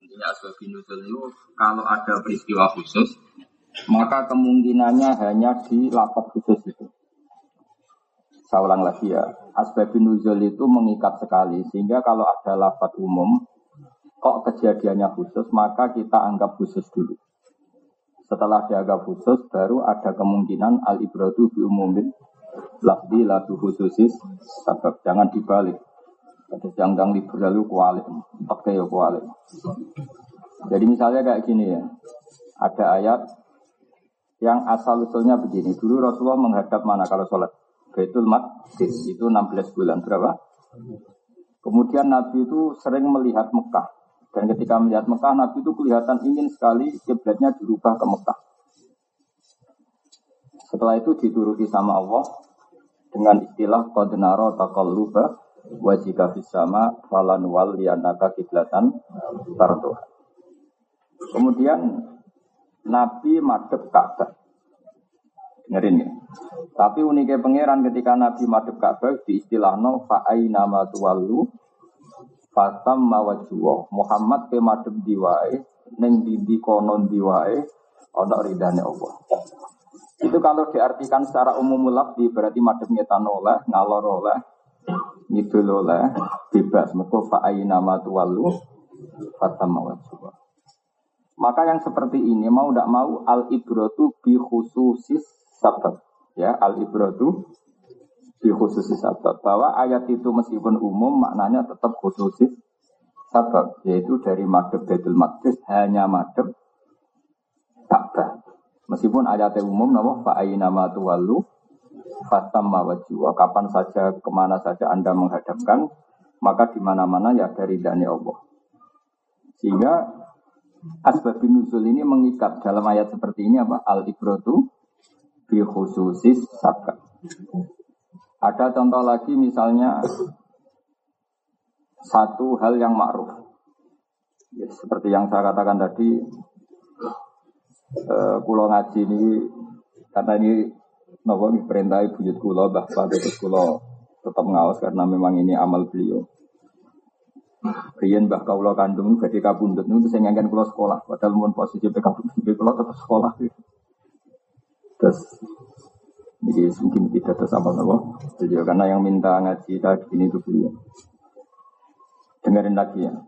Intinya asbabun nuzul itu kalau ada peristiwa khusus, maka kemungkinannya hanya di lafaz khusus itu. Saya ulang lagi ya, asbabun nuzul itu mengikat sekali, sehingga kalau ada lafaz umum, kok kejadiannya khusus, maka kita anggap khusus dulu. Setelah dianggap khusus, baru ada kemungkinan al-ibratu bi umumin lafzi la bi khususis sebab. Jangan dibalik. Ada yang liberal itu kualik, pakai ya kualik. Jadi misalnya kayak gini ya, ada ayat yang asal usulnya begini. Dulu Rasulullah menghadap mana kalau sholat? Baitul Maqdis, itu 16 bulan berapa? Kemudian Nabi itu sering melihat Mekah. Dan ketika melihat Mekah, Nabi itu kelihatan ingin sekali kiblatnya dirubah ke Mekah. Setelah itu dituruti sama Allah dengan istilah qad nara taqalluba wajhika fis sama falan wal lianaka kiblatan tarduha. Kemudian Nabi madhep Ka'bah. Dengerin ya. Tapi uniknya pangeran ketika Nabi madhep Ka'bah diistilahno fa aina ma tuwallu fatam mawajwa. Muhammad ke madhep diwae ning ndi kono diwae ana ridane Allah. Itu kalau diartikan secara umum lafzi berarti madhep ngetan oleh, ngalor oleh, ngidul oleh, bebas. Mergo fa aina ma tuwallu fatam mawajwa. Maka yang seperti ini mau tidak mau al-ibratu bi khususis sabab. Ya, al-ibratu bi khususis sabab. Bahwa ayat itu meskipun umum maknanya tetap khususis sabab. Yaitu dari madhab Baitul Maqdis hanya madhab Ka'bah. Meskipun ayatnya umum nama fa aina ma tuwallu fatamma wajhu. Kapan saja kemana saja Anda menghadapkan maka di mana-mana ya dari ridhani Allah. Sehingga asbabun nuzul ini mengikat dalam ayat seperti ini apa? Al-ibratu bi khususis sabab. Ada contoh lagi misalnya satu hal yang ma'ruf. Ya, seperti yang saya katakan tadi, kula ngaji ini karena ini napa perintah buyut kula Mbah Pak terus kula tetap ngaos karena memang ini amal beliau. Riyen Mbah kawula kandung badhe kapundhut niku sing ngangken kula sekolah, padahal mun posisi kapundhut kula tetap sekolah. Terus ini mungkin tidak tersambal napa beliau karena yang minta ngaji tadi ini itu beliau. Dengerin lagi ya.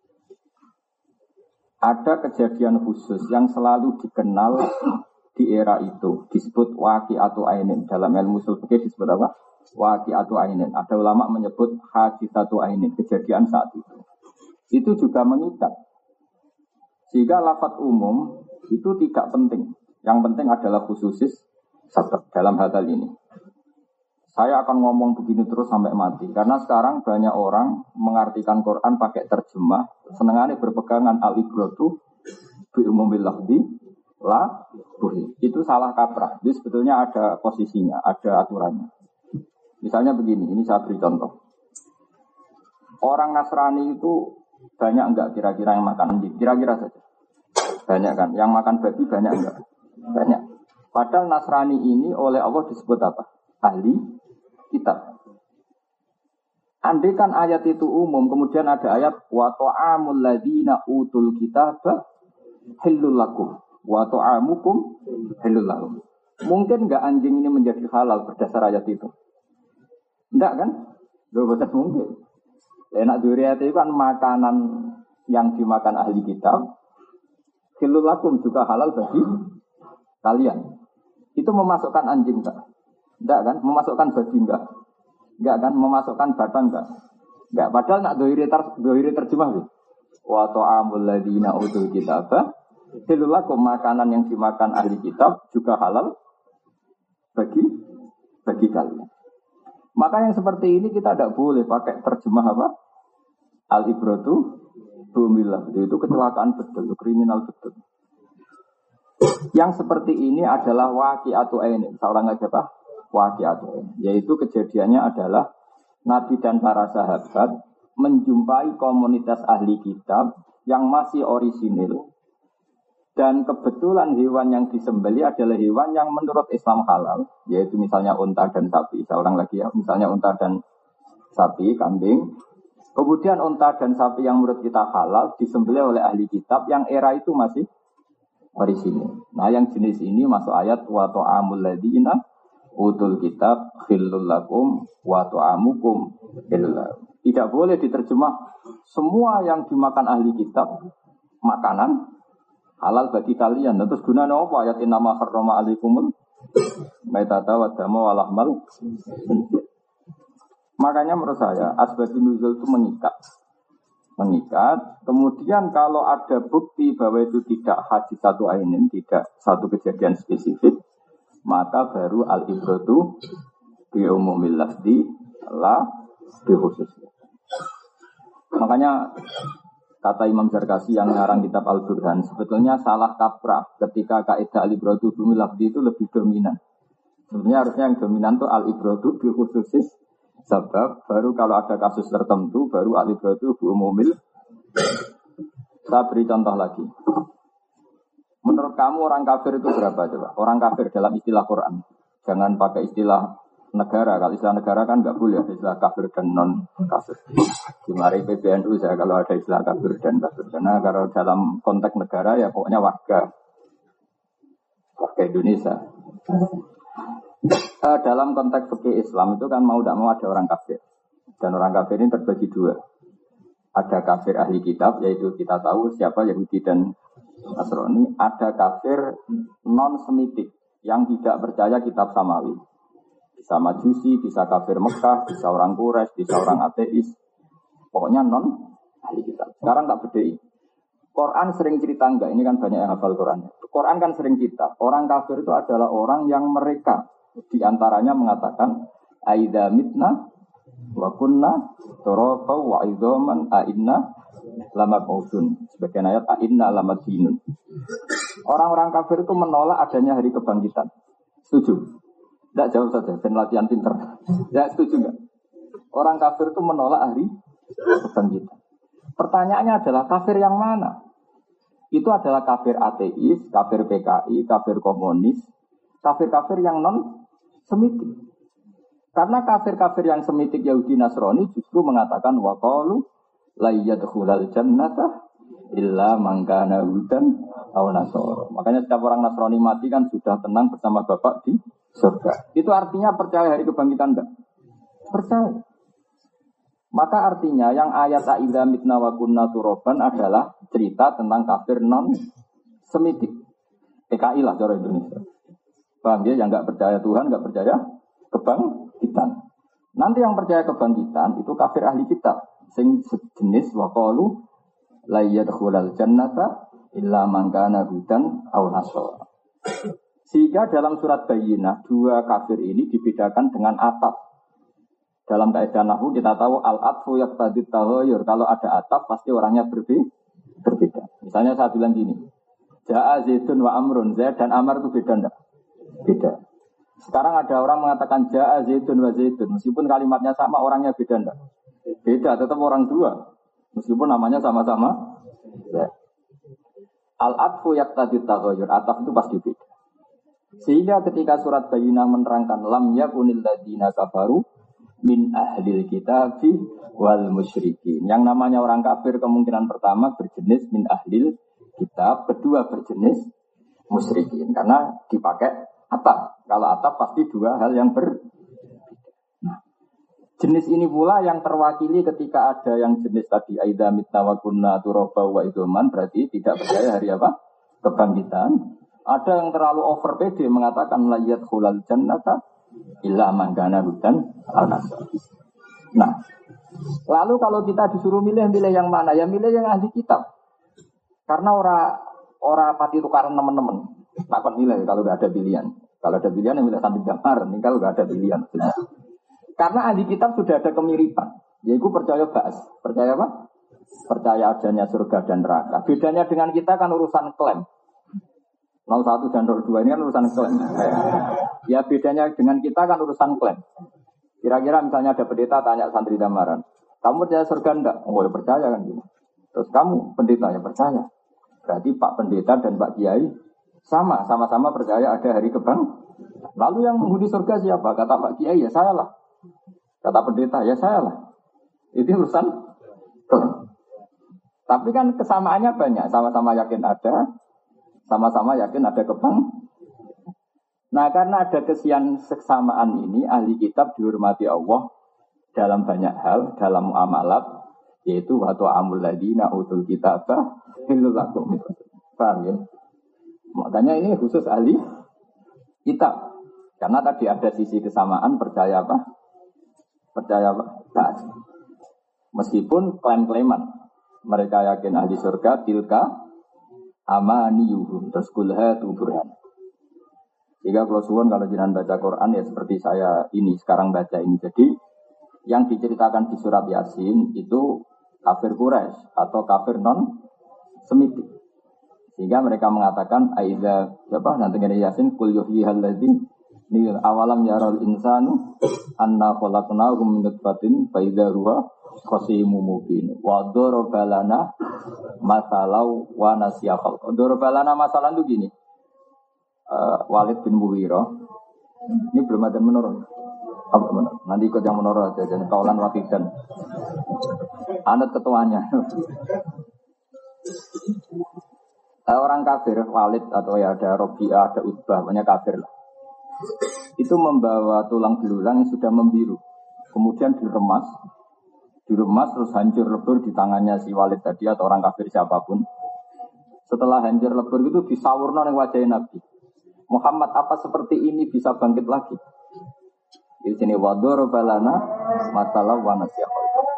Ada kejadian khusus yang selalu dikenal di era itu disebut waqi'atu ainin. Dalam ilmu ushul fikih disebut apa? Waqi'atu ainin. Ada ulama menyebut haditsatu ainin, kejadian saat itu. Itu juga mengikat. Sehingga lafaz umum itu tidak penting. Yang penting adalah khususis sabab dalam hal ini. Saya akan ngomong begini terus sampai mati. Karena sekarang banyak orang mengartikan Quran pakai terjemah. Senengannya berpegangan al-ibratu bi umumil lafzi la buhi. Itu salah kaprah. Jadi sebetulnya ada posisinya, ada aturannya. Misalnya begini, ini saya beri contoh. Orang Nasrani itu banyak enggak kira-kira yang makan anjing? Kira-kira saja. Banyak kan? Yang makan babi banyak enggak? Banyak. Padahal Nasrani ini oleh Allah disebut apa? Ahli kitab. Andai kan ayat itu umum, kemudian ada ayat wa ta'amul ladzina utul kitaba halul lakum wa ta'amukum halul lahum. Mungkin enggak anjing ini menjadi halal berdasar ayat itu? Enggak kan? Betul mungkin. Enak duriat itu kan makanan yang dimakan ahli kitab. Halul lakum juga halal bagi kalian. Itu memasukkan anjing enggak? Enggak kan? Memasukkan babi enggak? Enggak kan? Memasukkan batang enggak? Enggak. Padahal nak dohiri terjemah gitu. Wa ta'amul ladzina utul kitaba halul lakum, makanan yang dimakan ahli kitab juga halal bagi kalian. Maka yang seperti ini kita tidak boleh pakai terjemah apa? Al-ibratu bumillah. Itu kecelakaan betul, kriminal betul. Yang seperti ini adalah waqi'atu ainin. Seorang aja Pak. Waqi'atu, yaitu kejadiannya adalah Nabi dan para sahabat menjumpai komunitas ahli kitab yang masih orisinil dan kebetulan hewan yang disembelih adalah hewan yang menurut Islam halal, yaitu misalnya unta dan sapi. Seorang lagi ya, misalnya unta dan sapi, kambing. Kemudian unta dan sapi yang menurut kita halal disembelih oleh ahli kitab yang era itu masih orisinil. Nah, yang jenis ini masuk ayat wa ta'amul ladzina utul kitab khillul lakum wa ta'amukum illa. Tidak boleh diterjemah semua yang dimakan ahli kitab makanan halal bagi kalian. Terus gunanya apa ayat innama harrama alaikumul maitata wa dama wa lahmal. Makanya menurut saya asbabun nuzul itu mengikat. Kemudian kalau ada bukti bahwa itu tidak hadis satu ainin, tidak satu kejadian spesifik, maka baru al-ibratu bi umumil lafzi la bi khusus. Makanya kata Imam Zarkasi yang ngarang kitab Al-Burhan, sebetulnya salah kaprah ketika kaidah al-ibratu bi umumil lafzi itu lebih dominan. Sebenarnya harusnya yang dominan itu al-ibratu bi khususis sebab baru kalau ada kasus tertentu baru al-ibratu bi umumil. Saya beri contoh lagi. Menurut kamu orang kafir itu berapa coba? Orang kafir dalam istilah Quran. Jangan pakai istilah negara. Kalau istilah negara kan nggak boleh ada istilah kafir dan non kafir. Di mari PBNU saya kalau ada istilah kafir dan kafir. Karena kalau dalam konteks negara ya pokoknya warga Indonesia. Dalam konteks fikih Islam itu kan mau tidak mau ada orang kafir. Dan orang kafir ini terbagi dua. Ada kafir ahli kitab, yaitu kita tahu siapa Yahudi dan Nasrani. Ada kafir non-semitik yang tidak percaya kitab samawi. Bisa majusi, bisa kafir Mekah, bisa orang Quraisy, bisa orang ateis. Pokoknya non ahli kitab. Sekarang tak bedai. Quran sering cerita enggak, ini kan banyak yang hafal Quran. Quran kan sering cerita, orang kafir itu adalah orang yang mereka di antaranya mengatakan aidza mitna wa kunna turafa wa idzaman a inna lamab'utsun. Sebagian ayat a inna lamadinun. Orang-orang kafir itu menolak adanya hari kebangkitan. Setuju? Tidak jawab saja, dan latihan pinter. Ya setuju enggak? Orang kafir itu menolak hari kebangkitan. Pertanyaannya adalah kafir yang mana? Itu adalah kafir ateis, kafir PKI, kafir komunis, kafir-kafir yang non-semitik. Karena kafir-kafir yang semitik Yahudi Nasrani justru mengatakan waqalu la yadkhulal jannata illa man kana hudan aw nasara. Makanya setiap orang Nasrani mati kan sudah tenang bersama Bapak di surga. Itu artinya percaya hari kebangkitan enggak? Percaya. Maka artinya yang ayat aidza mitna wa kunna turaban adalah cerita tentang kafir non-semitik. PKI lah cara Indonesia. Paham ya? Yang enggak percaya Tuhan, enggak percaya kebangkitan. Nanti yang percaya kebangkitan itu kafir ahli kitab. Sing sejenis wa qalu la yadkhulal jannata illa man kana hudan aw nasara. Sehingga dalam surat Bayyinah dua kafir ini dibedakan dengan ataf. Dalam kaidah nahwu kita tahu al-atfu yaqtadi taghayyur. Kalau ada ataf pasti orangnya berbeda. Misalnya saya bilang gini. Ja'a Zaidun wa Amrun. Zaid dan Amr itu beda enggak? Beda. Sekarang ada orang mengatakan Ja'a Zaidun wa Zaidun. Meskipun kalimatnya sama orangnya beda enggak? Beda, tetap orang dua. Meskipun namanya sama-sama Zaid. Al-atfu yaqtadi taghayyur. Ataf itu pasti beda. Sehingga ketika surat Bayyinah menerangkan lam yakunil ladzina kafaru min ahlil kitabi wal musyrikin. Yang namanya orang kafir kemungkinan pertama berjenis min ahlil kitab, kedua berjenis musyrikin. Karena dipakai ataf. Kalau ataf pasti dua hal yang nah, jenis ini pula yang terwakili ketika ada yang jenis tadi aidza mitna wa kunna turaba wa idzaman, berarti tidak percaya hari apa? Kebangkitan. Ada yang terlalu over PD mengatakan la yadkhulal jannata illa man kana hudan al-nasr. Nah, lalu kalau kita disuruh milih yang mana? Ya milih yang ahli kitab. Karena ora pati tukaran teman-teman. Takut milih kalau enggak ada pilihan. Kalau ada pilihan yang milih sambil gambar, ini kalau enggak ada pilihan. Karena ahli kitab sudah ada kemiripan. Yaitu percaya ba'as. Percaya apa? Percaya adanya surga dan neraka. Bedanya dengan kita kan urusan klaim. 01 dan 02 ini kan urusan klaim. Ya bedanya dengan kita kan urusan klaim. Kira-kira misalnya ada pendeta tanya santri damaran, kamu percaya surga enggak? Oh ya percaya kan gitu. Terus kamu pendeta ya percaya. Berarti Pak Pendeta dan Pak Kiai sama-sama percaya ada hari kebang. Lalu yang menghuni surga siapa? Kata Pak Kiai ya saya lah. Kata pendeta ya saya lah. Itu urusan Tapi kan kesamaannya banyak, sama-sama yakin ada, sama-sama yakin ada kebang. Nah karena ada kesamaan ini, ahli kitab dihormati Allah dalam banyak hal, dalam muamalat, yaitu waktu amul ladina utul kitabah hilul lakum. Paham ya? Makanya ini khusus ahli kitab. Karena tadi ada sisi kesamaan, percaya apa? Percaya apa? Taat. Meskipun klaim-klaiman. Mereka yakin ahli surga, tilka amaniyuhum, terus kulha tuburhan. Jika kalau suwun kalau jenengan baca Quran ya seperti saya ini, sekarang baca ini. Jadi yang diceritakan di surat Yasin itu kafir Quraisy atau kafir non-Semitik. Sehingga mereka mengatakan, Aida, siapa? Nanti dari Yasin, kul yuhyihal ladzi awalam yaral insanu anna khalaqnahu min nutfatin fa idza huwa khasimun mubin wa darabalana masalau wa nasiya khalq. Darabalana masalan itu gini. Walid bin Mughirah ini belum ada menurut. Apa menurut? Nanti ikut yang menurut aja dan kaulan wakidan. Anut ketuanya. Orang kafir Walid atau ya ada Robi'ah, ada Utbah, banyak kafir lah. Itu membawa tulang belulang yang sudah membiru, kemudian diremas terus hancur lebur di tangannya si Walid tadi atau orang kafir siapapun. Setelah hancur lebur itu disawurna ning wajah Nabi Muhammad, apa seperti ini bisa bangkit lagi? Di sini wadur balana masalah wanasya.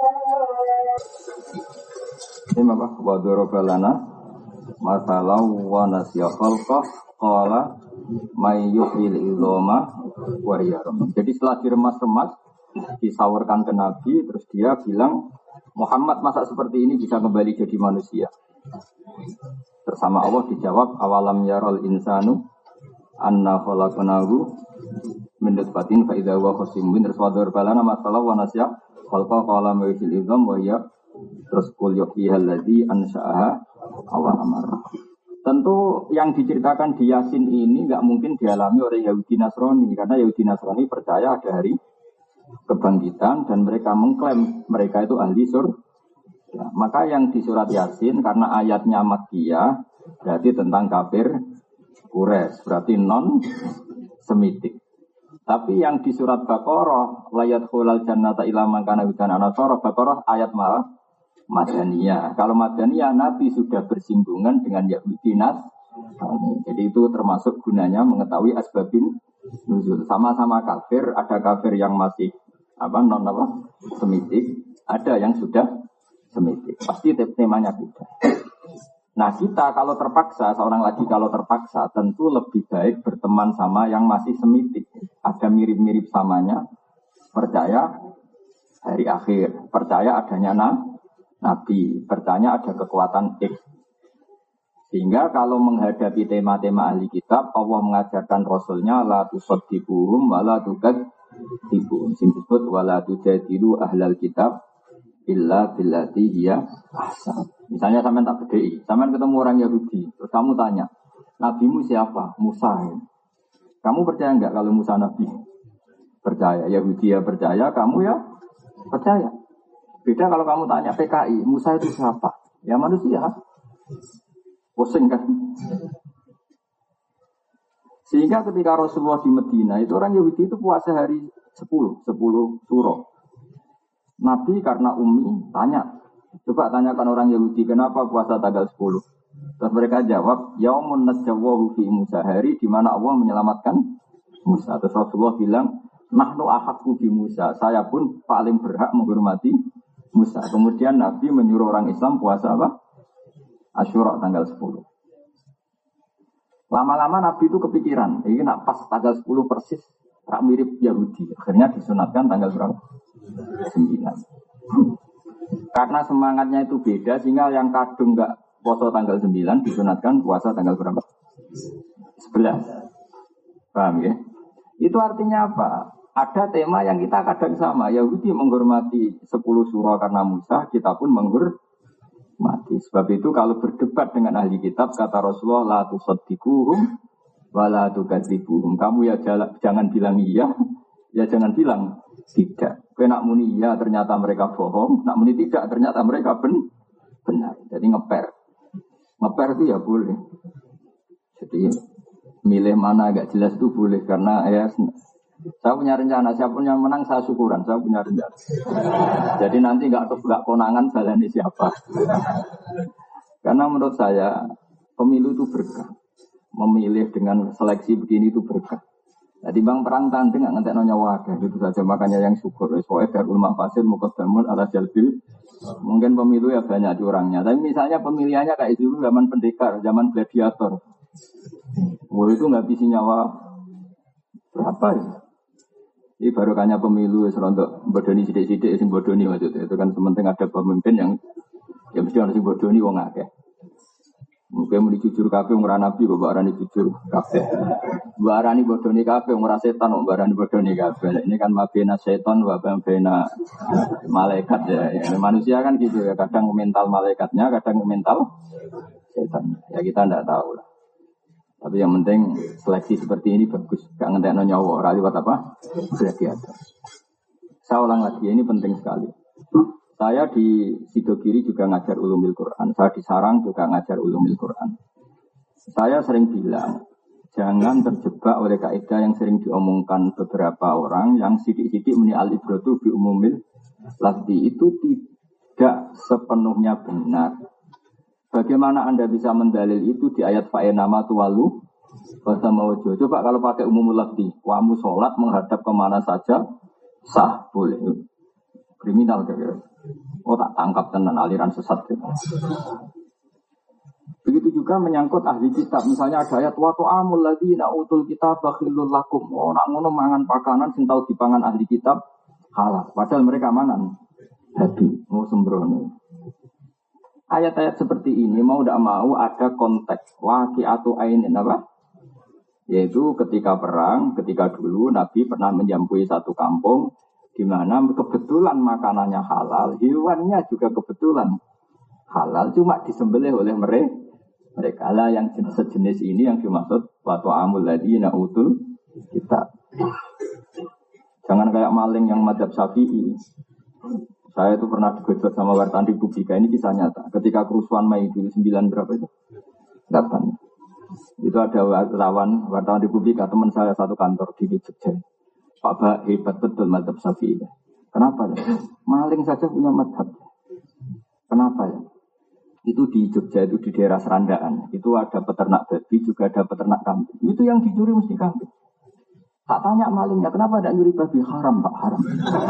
Ini apa? Wadur balana masalah wanasya khalqah qala may yuhyil idhama wa hiya ramim. Jadi setelah diremas-remas disawurkan ke Nabi, terus dia bilang, Muhammad masa seperti ini bisa kembali jadi manusia? Bersama Allah dijawab, awalam yarol insanu anna khalaqnahu min nutfatin fa idza huwa khasimun mubin. Terus wadur balana masalah wa nasya khalqa qala may yuhyil idham wa hiya, terus qul yuhyihal ladzi ansha'aha awal amar. Tentu yang diceritakan di Yasin ini nggak mungkin dialami oleh Yahudi Nasrani, karena Yahudi Nasrani percaya ada hari kebangkitan dan mereka mengklaim mereka itu ahli surga. Maka yang di surat Yasin karena ayatnya Makkiyah berarti tentang kafir Quraisy, berarti non Semitik. Tapi yang di surat Baqarah layat khulal jannata ila man kana hudana nasara, Baqarah ayat malah Madaniyah. Kalau Madaniyah Nabi sudah bersinggungan dengan Yahudi Nasrani. Jadi itu termasuk gunanya mengetahui asbabin nuzul. Sama-sama kafir, ada kafir yang masih Semitik, ada yang sudah Semitik. Pasti temanya beda. Nah kita kalau terpaksa, seorang lagi kalau terpaksa tentu lebih baik berteman sama yang masih Semitik. Ada mirip-mirip samanya, percaya hari akhir, percaya adanya Nabi, percaya ada kekuatan X. Sehingga kalau menghadapi tema-tema ahli kitab, Allah mengajarkan Rasulnya la tusaddiquhum wa la tukadzibuhum. Sing disebut wa la tujadilu ahlal kitab illa billati hiya ahsan. Misalnya sampean tak bedheki, sampean ketemu orang Yahudi, terus kamu tanya, nabimu siapa? Musa. Kamu percaya enggak kalau Musa nabi? Percaya. Yahudi ya percaya, kamu ya percaya. Beda kalau kamu tanya PKI, Musa itu siapa? Ya manusia. Pusing kan? Sehingga ketika Rasulullah di Medina, itu orang Yahudi itu puasa hari 10 suro. Nabi karena umi tanya, coba tanyakan orang Yahudi kenapa puasa tanggal 10. Terus mereka jawab, yaumun najjawahu fi Musa, hari di mana Allah menyelamatkan Musa. Terus Rasulullah bilang, nahnu ahaqqu bi Musa, saya pun paling berhak menghormati Musa. Kemudian Nabi menyuruh orang Islam puasa apa? Asyura tanggal 10. Lama-lama Nabi itu kepikiran, ini nak pas tanggal 10 persis, tak mirip Yahudi. Akhirnya disunatkan tanggal berapa? 9. Karena semangatnya itu beda, sehingga yang kadung nggak puasa tanggal 9 disunatkan puasa tanggal berapa? 11. Paham ya? Itu artinya apa? Ada tema yang kita kadang sama. Yahudi menghormati 10 surah karena Musa, kita pun menghormati. Sebab itu kalau berdebat dengan ahli kitab, kata Rasulullah, la tusaddiquhum wa la tukadzibuhum. Kamu ya jangan bilang iya, ya jangan bilang tidak. Nak muni iya ternyata mereka bohong, nak muni tidak ternyata mereka benar. Jadi ngeper itu ya boleh. Jadi milih mana agak jelas itu boleh karena ya saya punya rencana, siapapun yang menang saya syukuran, saya punya rencana. Jadi nanti nggak konangan balani siapa. Karena menurut saya pemilu itu berkah. Memilih dengan seleksi begini itu berkah. Jadi bang perang tanding nggak ngentek nyawa gitu saja. Makanya yang syukur, soalnya darul mafasid muqaddamun ala jalbil. Mungkin pemilu ya banyak curangnya. Tapi misalnya pemilihannya kayak dulu zaman pendekar, zaman gladiator. Wah itu nggak bisa nyawa berapa ya? Ini barokahnya pemilu serontok bodoni sidik-sidik sing bodoni maksudnya. Itu kan sementing ada pemimpin yang ya mesti harus bodoni wong akeh. Mungkin mau jujur kabeh wong ora nabi kok barani jujur kabeh. Barani bodoni kabeh wong ora setan kok barani bodoni kabeh. Ini kan mabena setan wa bena malaikat ya. Manusia kan gitu ya, kadang mental malaikatnya, kadang mental setan. Ya kita ndak tahu lah. Tapi yang penting seleksi seperti ini bagus. Gak ngentekno nyawa, ora liwat apa? Gladiator. Saya ulang lagi, ini penting sekali. Saya di Sidogiri juga ngajar ulumil Quran. Saya di Sarang juga ngajar ulumil Quran. Saya sering bilang, jangan terjebak oleh kaidah yang sering diomongkan beberapa orang yang sidik-sidik muni al-ibratu bi umumil lafzi itu tidak sepenuhnya benar. Bagaimana Anda bisa mendalil itu di ayat fa'enama tuwalu bahasa mawujud. Coba kalau pakai umumul lafzi, kamu sholat menghadap kemana saja sah, boleh. Kriminal kira-kira. Oh tak tangkap tenan aliran sesat. Begitu juga menyangkut ahli kitab. Misalnya ada ayat wa tu'amul ladzina utul kitab bakhilul lakum. Oh nak ngono mangan pakanan sing tau dipangan ahli kitab halal. Padahal mereka mangan babi, mau sembrono. Ayat-ayat seperti ini mau tidak mau ada konteks waqi'atu ainin apa? Yaitu ketika perang, ketika dulu Nabi pernah menjampui satu kampung di mana kebetulan makanannya halal, hewannya juga kebetulan halal, cuma disembelih oleh mereka lah yang sejenis ini yang dimaksud wa ta'amul ladzina utul kitab. Jangan kayak maling yang madzhab Syafi'i. Saya itu pernah digojok sama wartawan Republika, ini kisah nyata. Ketika kerusuhan Mei 9 berapa itu? 8. Itu ada wartawan Republika, teman saya satu kantor di Jogja. Pak Bah, hebat betul madzhab Syafi'i. Kenapa ya? Maling saja punya madzhab. Kenapa ya? Itu di Jogja, itu di daerah Serandaan. Itu ada peternak babi, juga ada peternak kambing. Itu yang dicuri mesti kambing. Tak tanya malingnya, kenapa tidak nyuri babi? Haram Pak, haram.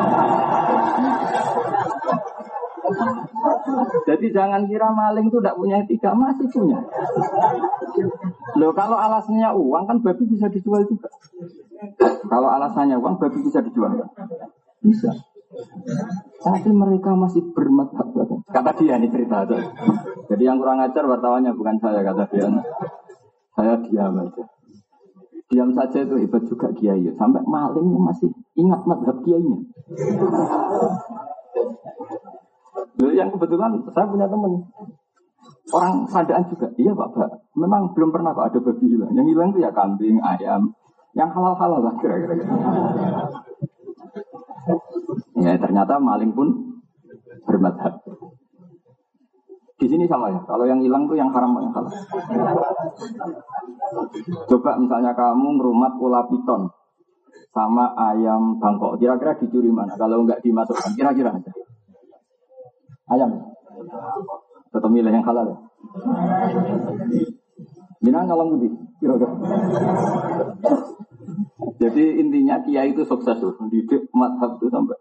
Jadi jangan kira maling itu tidak punya etika, masih punya. Loh kalau alasannya uang kan babi bisa dijual juga. Kalau alasannya uang babi bisa dijual kan? Bisa. Tapi mereka masih bermadhab. Kata dia ini cerita. Jadi yang kurang ajar wartawannya bukan saya, kata dia. Saya diam aja. Diam saja itu hebat juga kiai. Sampai maling masih ingat madhab kiainya. Yang kebetulan saya punya teman orang Sandaan juga. Iya Pak, memang belum pernah Pak ada babi hilang. Yang hilang itu ya kambing, ayam, yang halal-halal lah kira-kira. Ya ternyata maling pun bermadhab. Di sini sama ya. Kalau yang hilang tuh yang haram yang halal. Coba misalnya kamu ngerumat ular piton sama ayam Bangkok, kira-kira dicuri mana? Kalau nggak dimasukkan, kira-kira aja. Ayam. Tetap milih yang halal ya. Minang ngalang budi. Kira-kira. Jadi intinya kiai itu sukses tuh, mendidik madhab itu sampai.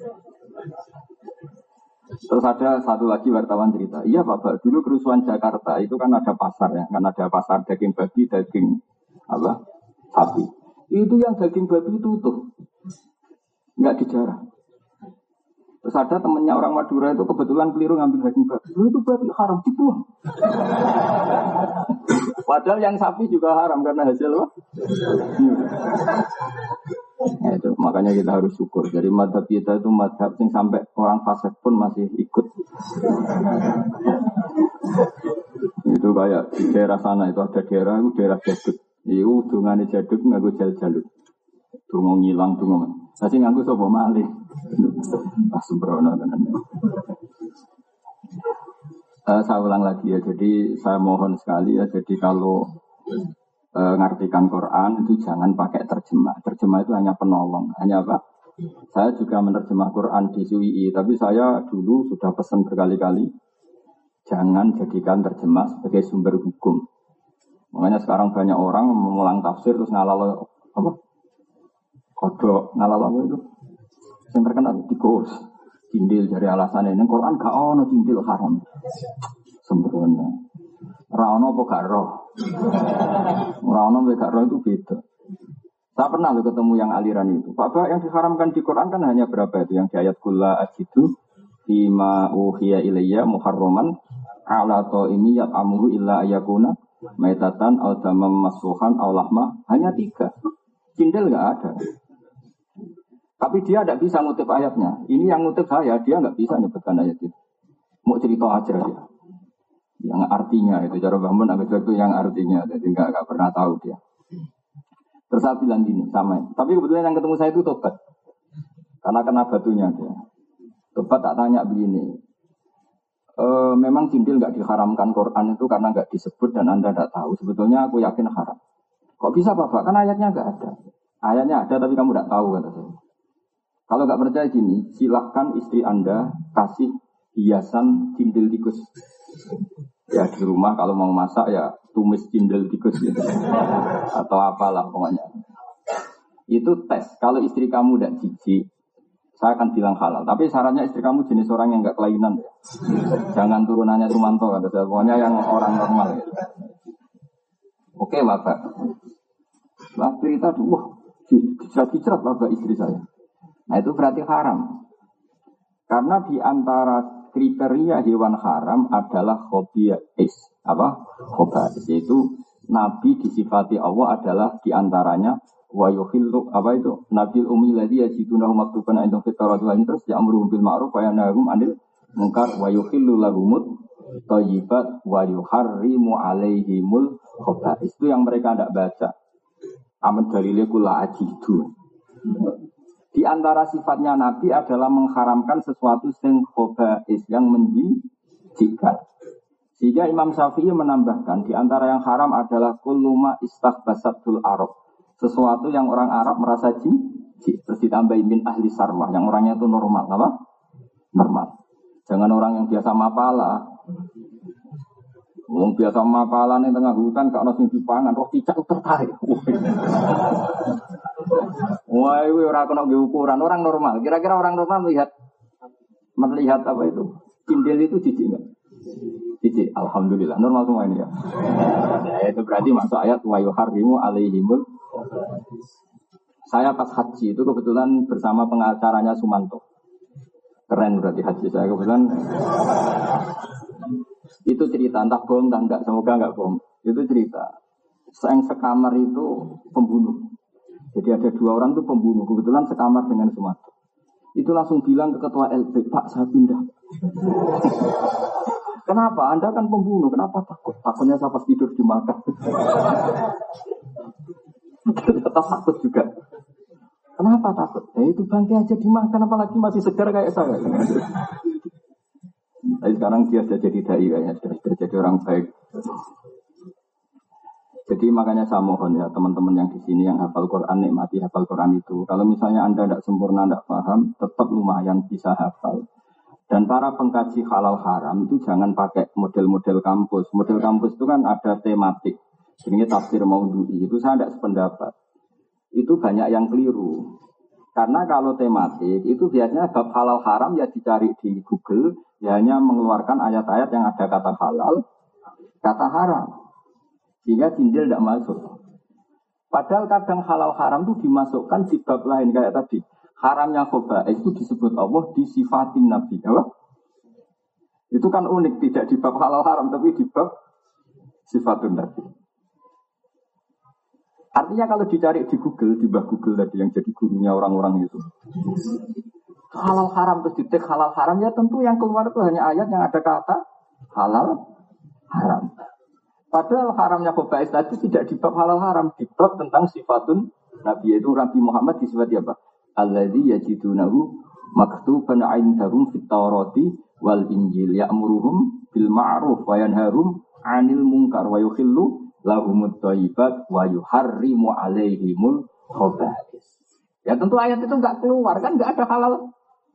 Terus ada satu lagi wartawan cerita, iya Pak, dulu kerusuhan Jakarta itu kan ada pasar ya, kan ada pasar daging babi, daging apa, sapi. Itu yang daging babi itu utuh, nggak dijarah. Terus ada temennya orang Madura itu kebetulan keliru ngambil daging babi, itu babi haram dibuang. Padahal yang sapi juga haram karena hasil apa? Ya itu, makanya kita harus syukur. Jadi madhab kita itu madhab yang sampai orang fasik pun masih ikut. Itu kayak di daerah sana itu ada daerah jaduk. Itu dungane jaduk nganggo jal-jalut. Dungo ngilang dungo. Jadi nganggu sopo malih. Pas sembrono tenan. Saya ulang lagi ya. Jadi saya mohon sekali ya. Jadi kalau ngartikan Quran itu jangan pakai terjemah. Terjemah itu hanya penolong. Hanya apa? Saya juga menerjemah Quran di SUII. Tapi saya dulu sudah pesan berkali-kali. Jangan jadikan terjemah sebagai sumber hukum. Makanya sekarang banyak orang mengulang tafsir terus ngalal apa? Kodok ngalal apa itu? Yang terkenal tikus, cindil dari alasan ini Quran gak ono cindil haram. Sembrono. Ora ono apa gak roh. Ora ono gak roh itu beda. Saya pernah loh ketemu yang aliran itu. Pak, yang diharamkan di Quran kan hanya berapa itu? Yang di ayat kulla ajidu bima uhiya ilayya muharraman ala ta'imi yat'amuhu illa ayakuna maitatan aw damam masfuhan aw lahma. Hanya 3. Cindil enggak ada. Tapi dia tidak bisa ngutip ayatnya. Ini yang ngutip saya, dia enggak bisa nyebutkan ayat itu. Mau cerita aja dia. Yang artinya itu cara bangun agak itu yang artinya. Jadi enggak pernah tahu dia. Terus saya bilang gini sama. Tapi kebetulan yang ketemu saya itu tobat. Karena kena batunya dia. Tobat tak tanya begini. Memang cindil nggak diharamkan Quran itu karena nggak disebut dan Anda tidak tahu. Sebetulnya aku yakin haram. Kok bisa Bapak? Kan ayatnya nggak ada. Ayatnya ada tapi kamu tidak tahu kata saya. Kalau nggak percaya gini, silahkan istri Anda kasih hiasan cindil tikus. Ya di rumah kalau mau masak ya tumis cindil tikus gitu. Atau apalah pokoknya. Itu tes. Kalau istri kamu tidak jijik, saya akan bilang halal. Tapi syaratnya istri kamu jenis orang yang nggak kelainan ya. Jangan turunannya Sumanto kata saya. Pokoknya yang orang normal. Ya. Oke Bapak. Lah cerita wah dicrat-crat Bapak istri saya. Nah itu berarti haram. Karena di antara kriteria hewan haram adalah khobais. Apa? Khobais. Yaitu Nabi disifati Allah adalah di antaranya wa yuhillu apa itu nabil ummi ladzi yajidunahu maktuban indahum fit tawrat wa terus ya'muru bil ma'ruf wa yanhahum 'anil munkar wa yuhillu lahumut thayyibat wa yuharrimu 'alaihimul khaba'is. Itu yang mereka tidak baca. Aman dalile kula ajidu. Di antara sifatnya Nabi adalah mengharamkan sesuatu yang khaba'is, yang menjijikkan. Sehingga Imam Syafi'i menambahkan di antara yang haram adalah kullu ma istaghbasatul arab. Sesuatu yang orang Arab merasa jijik. Terus ditambahin min ahli sarwah. Yang orangnya itu normal. Apa? Normal. Jangan orang yang biasa mapala. Orang biasa mapala di tengah hutan. Kalau nasi dipangan. Roh cicak tertarik. Wah, ini orang kena ukuran. Orang normal. Kira-kira orang normal melihat apa itu? Cindil itu jijik enggak? Jijik. Alhamdulillah. Normal semua ini ya. Nah, itu berarti masuk ayat wa yuharrimu alaihimul. Saya pas haji itu kebetulan bersama pengacaranya Sumanto. Keren berarti haji saya kebetulan. Itu cerita entah bohong entah enggak, semoga enggak bohong. Itu cerita. Yang sekamar itu pembunuh. Jadi ada 2 orang itu pembunuh. Kebetulan sekamar dengan Sumanto. Itu langsung bilang ke ketua LB, Pak saya pindah. Kenapa? Anda kan pembunuh. Kenapa takut? Takutnya saya pas tidur dimakan. Ternyata takut juga. Kenapa takut? Itu bangkai aja dimakan, apalagi masih segar kayak saya. Tapi sekarang dia sudah jadi dai kayaknya, sudah jadi orang baik. Jadi makanya saya mohon ya teman-teman yang di sini yang hafal Quran, nikmati hafal Quran itu. Kalau misalnya Anda tidak sempurna, tidak paham, tetap lumayan bisa hafal. Dan para pengkaji halal haram itu jangan pakai model-model kampus. Model kampus itu kan ada tematik. Ini tafsir maudhu'i. Itu saya tidak sependapat. Itu banyak yang keliru. Karena kalau tematik itu biasanya bab halal haram ya dicari di Google. Ya hanya mengeluarkan ayat-ayat yang ada kata halal, kata haram. Sehingga cindil tidak masuk. Padahal kadang halal haram itu dimasukkan di bab lain kayak tadi. Haramnya khoba'is itu disebut Allah disifatin Nabi. Apa? Itu kan unik, tidak di bab halal haram tapi di bab sifatun Nabi. Artinya kalau dicari di Google, di bawah Google tadi yang jadi gurunya orang-orang itu. Halal haram terus ditek halal haram ya tentu yang keluar itu hanya ayat yang ada kata halal haram. Padahal haramnya khoba'is tadi tidak di bab halal haram, di bab tentang sifatun Nabi, yaitu Nabi Muhammad disifati apa? alladzi yajidunahu maktuban 'indahum fit Taurati wal Injil ya'muruhum bil ma'ruf wa yanharum 'anil munkar wa yukhillu lahumut thayyibat wa yuharrimu 'alaihimul khaba'is. Ya tentu ayat itu enggak keluar kan enggak ada halal.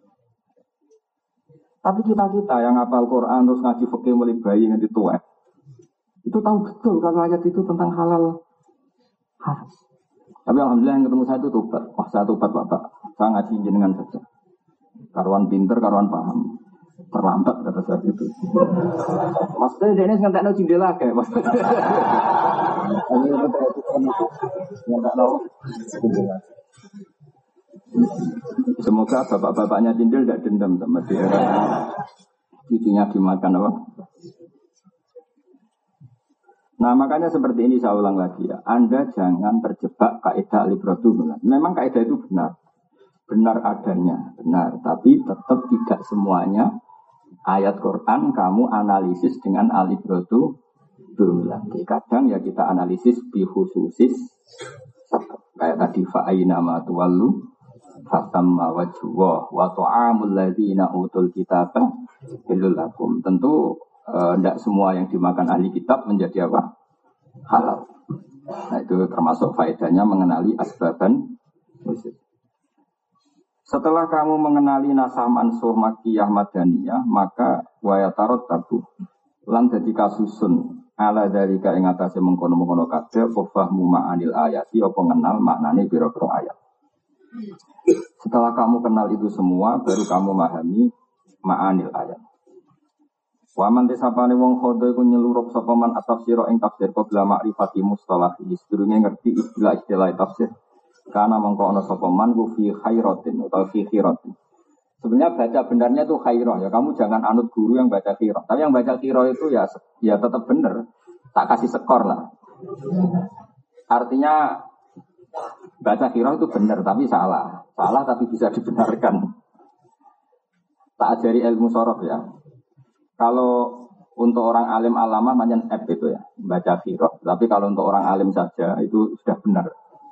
Tapi kita yang hafal Quran terus ngaji fikih mulai bayi nganti tua itu tahu betul kalau ayat itu tentang halal haram. Tapi alhamdulillah yang ketemu saya itu tobat. Wah saya tobat Bapak. Saya ngaji jenengan saja. Karuan pinter, karuan paham. Terlambat kata saya itu. Maksudnya dia ini ngantek jendela kayak mas. Semoga bapak-bapaknya Cindil tidak dendam sama dia. Cucunya dimakan apa? Nah makanya seperti ini saya ulang lagi ya. Anda jangan terjebak kaidah al-ibratu. Memang kaidah itu benar. Benar adanya, benar. Tapi tetap tidak semuanya ayat Quran kamu analisis dengan al-ibratu. Kadang ya kita analisis bikhususis. Kayak tadi fa'aina ma tuwallu fatamma wajhuwa wa ta'amul ladzina utul kitaba halal lakum. Tentu tidak semua yang dimakan ahli kitab menjadi apa? Halal. Nah itu termasuk faedahnya mengenali asbaban khusus. Setelah kamu mengenali nasah mansuh makiyah madaniyah, maka wayatarot tabu lan dadi kasusun ala dalika ing atase mengkono-mengkono kabeh fahmu ma'anil ayati apa ngenal maknane pira-pira ayat. Setelah kamu kenal itu semua baru kamu memahami ma'anil ayat. Waman tisapane wong khodo iku nyelurup sapa man tafsira ing tafsir qabla ma'rifati mustalah sedurunge ngerti istilah tafsir. Karena mengko ana sapa man ku fi khairatin atau fi khiratin. Sebenarnya baca benarnya itu khairah ya. Kamu jangan anut guru yang baca khirah. Tapi yang baca khirah itu ya tetap benar. Tak kasih skor lah. Artinya baca khirah itu benar tapi salah. Salah tapi bisa dibenarkan. Tak ajari ilmu sorof ya. Kalau untuk orang alim alamah macam F itu ya, baca khirah. Tapi kalau untuk orang alim saja itu sudah benar.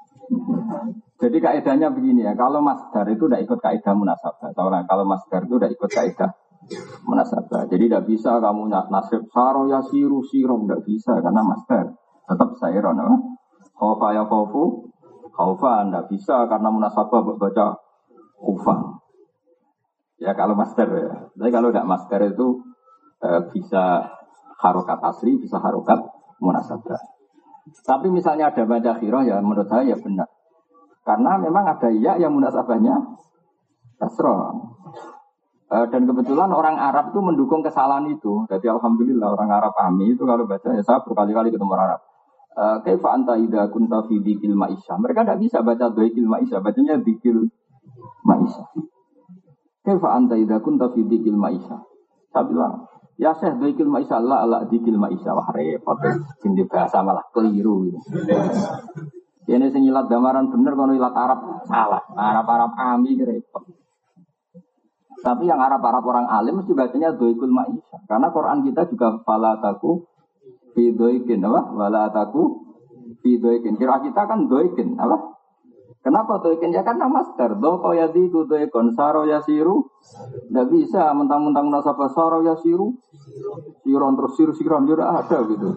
Jadi kaidahnya begini ya, kalau masdar itu tidak ikut kaidah munasabah. Kalau masdar itu tidak ikut kaidah munasabah. Jadi tidak bisa kamu nasib saro ya siru sirom, tidak bisa karena masdar tetap sairon. Khaufa ya khaufu, khaufa tidak bisa karena munasabah baca kufang. Ya kalau masdar ya. Tapi kalau tidak masdar itu bisa harokat asli, bisa harokat munasabah. Tapi misalnya ada baca khirah ya menurut saya ya benar. Karena memang ada ya yang munasabahnya kasrah. Dan kebetulan orang Arab itu mendukung kesalahan itu. Jadi alhamdulillah orang Arab kami itu kalau baca ya saya berkali-kali ketemu orang Arab. Kaifa anta idza kunta fi dzikil ma'isha. Mereka tidak bisa baca dzikil ma'isha, bacanya dzikil ma'isha. Kaifa anta idza kunta fi dzikil ma'isha. Saya bilang ya Syekh dzikil ma'isha la dzikil ma'isha wah repot. Sing bahasa malah keliru. Ini sing ilat damaran bener kono ilat Arab salah. Arab ami repot. Tapi yang Arab orang alim mesti bacanya dzikil ma'isha. Karena Quran kita juga fala taku fi dzaikin apa? Wala taku fi dzaikin. Kira kita kan dzaikin apa? Kenapa dzaikin? Ya karena master. Dzoko yadiku dzaikon saro yasiru. Enggak bisa mentang-mentang nasabah saro yasiru. Siron terus siron juga ada gitu.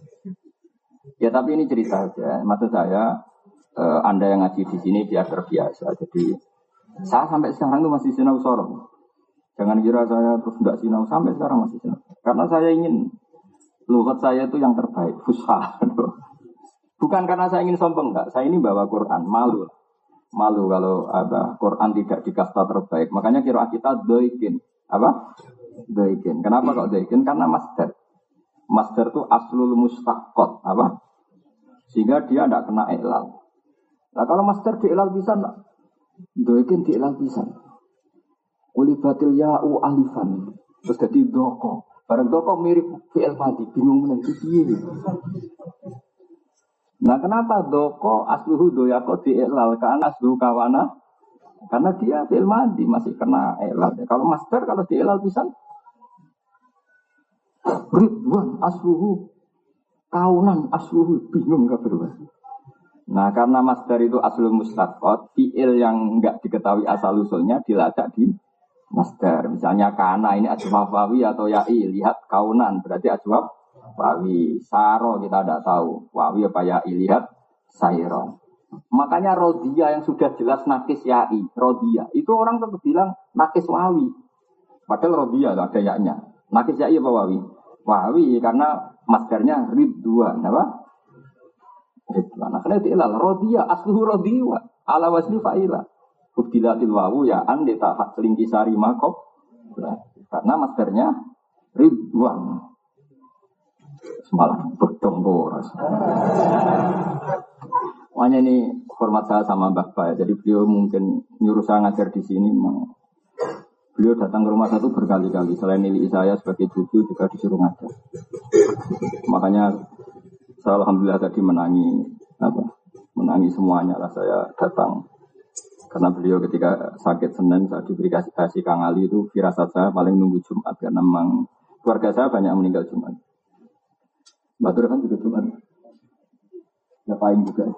Ya tapi ini cerita aja. Maksud saya Anda yang ngaji di sini biar terbiasa. Jadi saya sampai sekarang itu masih sinau sorong. Jangan kira saya terus enggak sinau, sampai sekarang masih sinau. Karena saya ingin lughat saya itu yang terbaik, fusha. Bukan karena saya ingin sombong enggak. Saya ini bawa Quran, malu kalau Quran tidak dikasta terbaik. Makanya kira kita doikin. Apa? Doikin. Kenapa kok doikin? Karena masdar. Masdar itu aslul mustaqqat. Apa? Sehingga dia tidak kena ilal. Nah kalau masdar di ilal bisa enggak? Doikin di ilal bisa. Ulibatil ya'u alifan. Terus jadi doko. Barang doko mirip fi'il madi. Bingung menang itu piye. Nah kenapa doko asluhu doyako di ilal? Karena asluhu kawana. Karena dia fi'il madi masih kena ilal. Kalau masdar kalau di ilal bisa. Ridwan asluhu. Kaunan asluhu. Bingung gak berubah. Nah, karena masdar itu aslul mustaqot, fi'il yang enggak diketahui asal usulnya dilacak di masdar. Misalnya kana ini ajwaf wawi atau ya'i, lihat kaunan berarti ajwaf wawi. Saro kita tidak tahu wawi apa ya'i, lihat sayron. Makanya rodia yang sudah jelas nakis ya'i, rodia itu orang tetap bilang nakis wawi. Padahal rodia ada yaknya. Nakis ya'i apa wawi? Wawi karena masdarnya ridwan, apa? Ridwan. Akhirnya diilal rodia asluhu rodiwa ala wasli fa'ila. Ubdilatil wawu ya an ditahak selingkisari makob. Karena masdarnya ridwan. Semalam bodong boros. Makanya ini hormat saya sama Mbak Ba. Jadi beliau mungkin nyuruh saya ngajar di sini. Beliau datang ke rumah satu berkali-kali. Selain nilai saya sebagai cucu juga disuruh ngajar. Makanya saya alhamdulillah tadi menangi semuanya lah saya datang. Karena beliau ketika sakit Senin saya diberi kasih Kang Ali itu firasat saya paling nunggu Jumat. Karena memang keluarga saya banyak meninggal Jumat. Mbak Tur kan juga Jumat. Ngapain juga.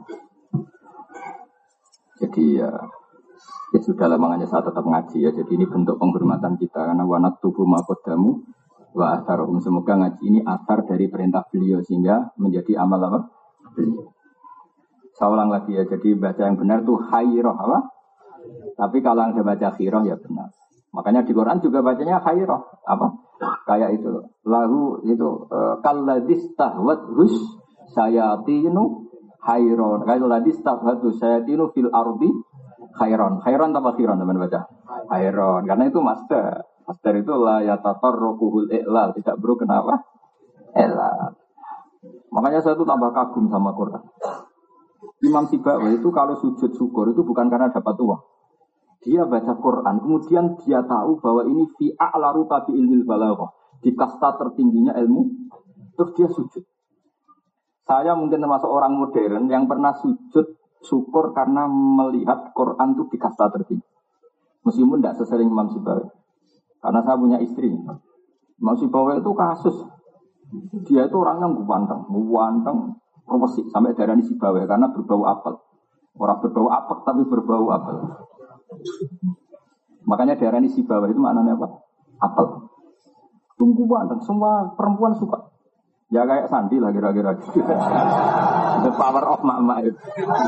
Jadi ya sudah lah makanya saya tetap ngaji ya. Jadi ini bentuk penghormatan kita. Karena wanat tubuh makodamu wa atharum. Semoga ngaji ini athar dari perintah beliau sehingga menjadi amal apa? Beliau. Saya ulang lagi ya. Jadi baca yang benar itu khairah apa? Tapi kalau Anda baca khirah ya benar. Makanya di Quran juga bacanya khairah apa? Kayak itu. Lahu itu kalladis tahwat hus sayatinu khairon. Kayak ladis tahwat hus sayatinu fil ardi khairon. Khairon tambah khiron teman baca. Khairon. Karena itu masdar. Masdar itu la yatatarruquhul i'lal. Tidak bro kenapa? I'lal. Makanya saya itu tambah kagum sama Quran. Imam Sibawi itu kalau sujud syukur itu bukan karena dapat uang. Dia baca Quran, kemudian dia tahu bahwa ini fi a'la rutabi ilmil balaghah, di kasta tertingginya ilmu, terus dia sujud. Saya mungkin termasuk orang modern yang pernah sujud syukur karena melihat Quran itu di kasta tertinggi. Meskipun tidak sesering Imam Sibawi. Karena saya punya istri. Imam Sibawi itu kasus. Dia itu orangnya ganteng, profesi sampai darah ini Sibawi karena berbau apel. Orang berbau apek tapi berbau apel. Makanya daerah ini Sibawi itu maknanya apa? Apel. Tunggu ganteng, semua perempuan suka. Ya kayak Sandi lah kira-kira. The power of mak-mak itu.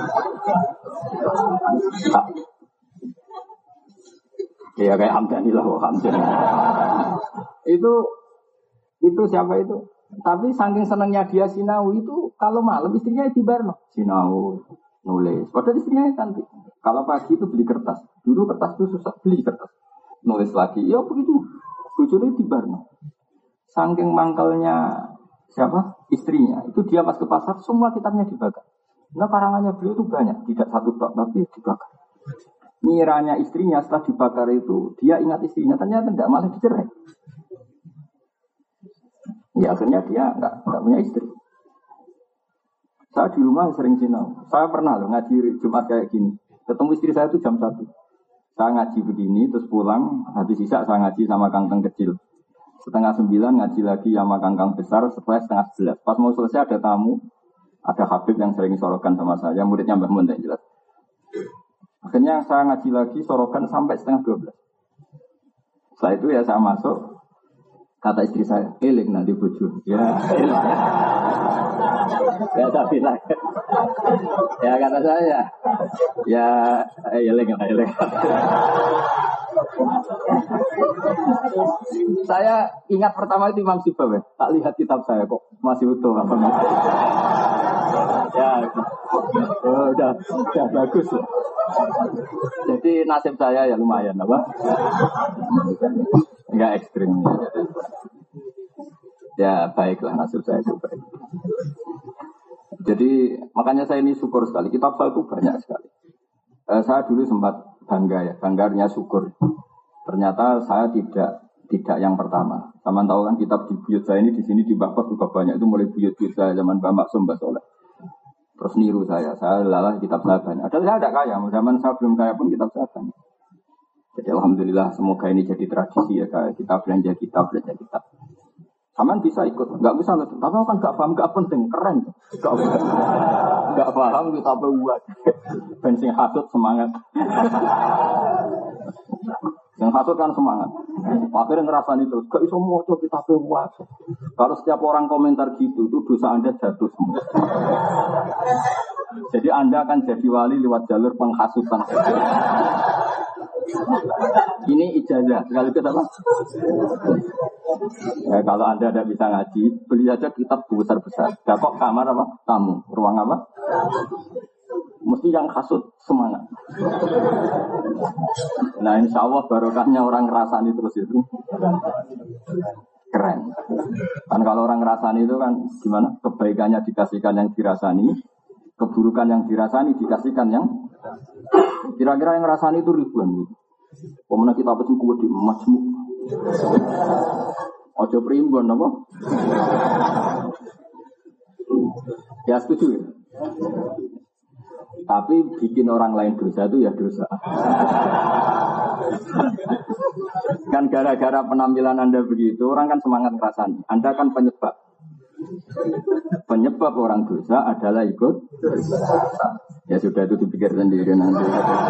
Ya kayak Hamdani lah, Hamdani. Itu siapa itu? Tapi saking senangnya dia sinau itu kalau malam istrinya di Barno sinau nulis. Padahal istrinya cantik. Kalau pagi itu beli kertas. Dulu kertas itu susah beli kertas. Nulis lagi. Ya begitu. Bojone di Barno. Saking mangkalnya siapa? Istrinya. Itu dia pas ke pasar semua kitabnya dibakar. Nah karangannya beliau itu banyak. Tidak satu tok tapi dibakar. Ngiranya istrinya setelah dibakar itu dia ingat istrinya. Ternyata tidak malah dicerai. Ya akhirnya dia enggak punya istri. Saya di rumah sering sinau. Saya pernah loh ngaji Jumat kayak gini. Ketemu istri saya itu jam 1. Saya ngaji begini terus pulang. Habis isya saya ngaji sama kangkang kecil. 8:30 ngaji lagi sama kangkang besar. Setelah 10:30. Pas mau selesai ada tamu. Ada Habib yang sering sorokan sama saya. Muridnya Mbah Mun yang jelas. Akhirnya saya ngaji lagi sorokan sampai 11:30. Setelah itu ya saya masuk. Kata istri saya, eling nanti bojo. Ya, eling. Ya saya bilang. Ya kata saya, ya eling. Saya ingat pertama itu Imam Sibawi. Tak lihat kitab saya kok masih utuh apa ya, udah bagus. Jadi nasib saya ya lumayan apa? Enggak ekstrim. Ya baiklah nasib saya itu baik. Jadi makanya saya ini syukur sekali. Kitab saya itu banyak sekali. Saya dulu sempat bangganya syukur. Ternyata saya tidak yang pertama. Sama tahu kan kitab di buyut saya ini di sini di Bapak juga banyak. Itu mulai buyut-buyut saya zaman Mbak Maksum Mbak Soleh. Terus niru saya lalah kitab saya banyak. Padahal saya tidak kaya, zaman saya belum kaya pun kitab saya banyak. Jadi alhamdulillah semoga ini jadi tradisi ya, kayak kita belanja kitab. Aman bisa ikut, nggak bisa nggak. Tapi kan nggak paham, nggak penting, keren. Nggak paham kita buat. Bensin hasut semangat. Yang hasut kan semangat. Akhirnya ngerasani terus, gak iso moco kita buat. Kalau setiap orang komentar gitu, itu dosa Anda jatuh semua. Jadi Anda akan jadi wali lewat jalur penghasutan. Ini ijazah, sekaligus apa? Kalau Anda tidak bisa ngaji, beli aja kitab besar-besar. Gak kok kamar apa? Tamu, ruang apa? Mesti yang hasut semangat. Nah insya Allah barokahnya orang ngerasani terus itu keren. Kan kalau orang ngerasani itu kan gimana? Kebaikannya dikasihkan yang dirasani, keburukan yang dirasani dikasihkan yang kira-kira yang ngerasani itu ribuan gitu. Pemenang kita apa sih kuat di majmuk. Ojo primbon apa? Ya setuju ya. Tapi bikin orang lain dosa itu ya dosa. Kan gara-gara penampilan Anda begitu, orang kan semangat ngerasani. Anda kan penyebab. Penyebab orang dosa adalah ikut. Ya sudah itu dipikir sendiri nanti.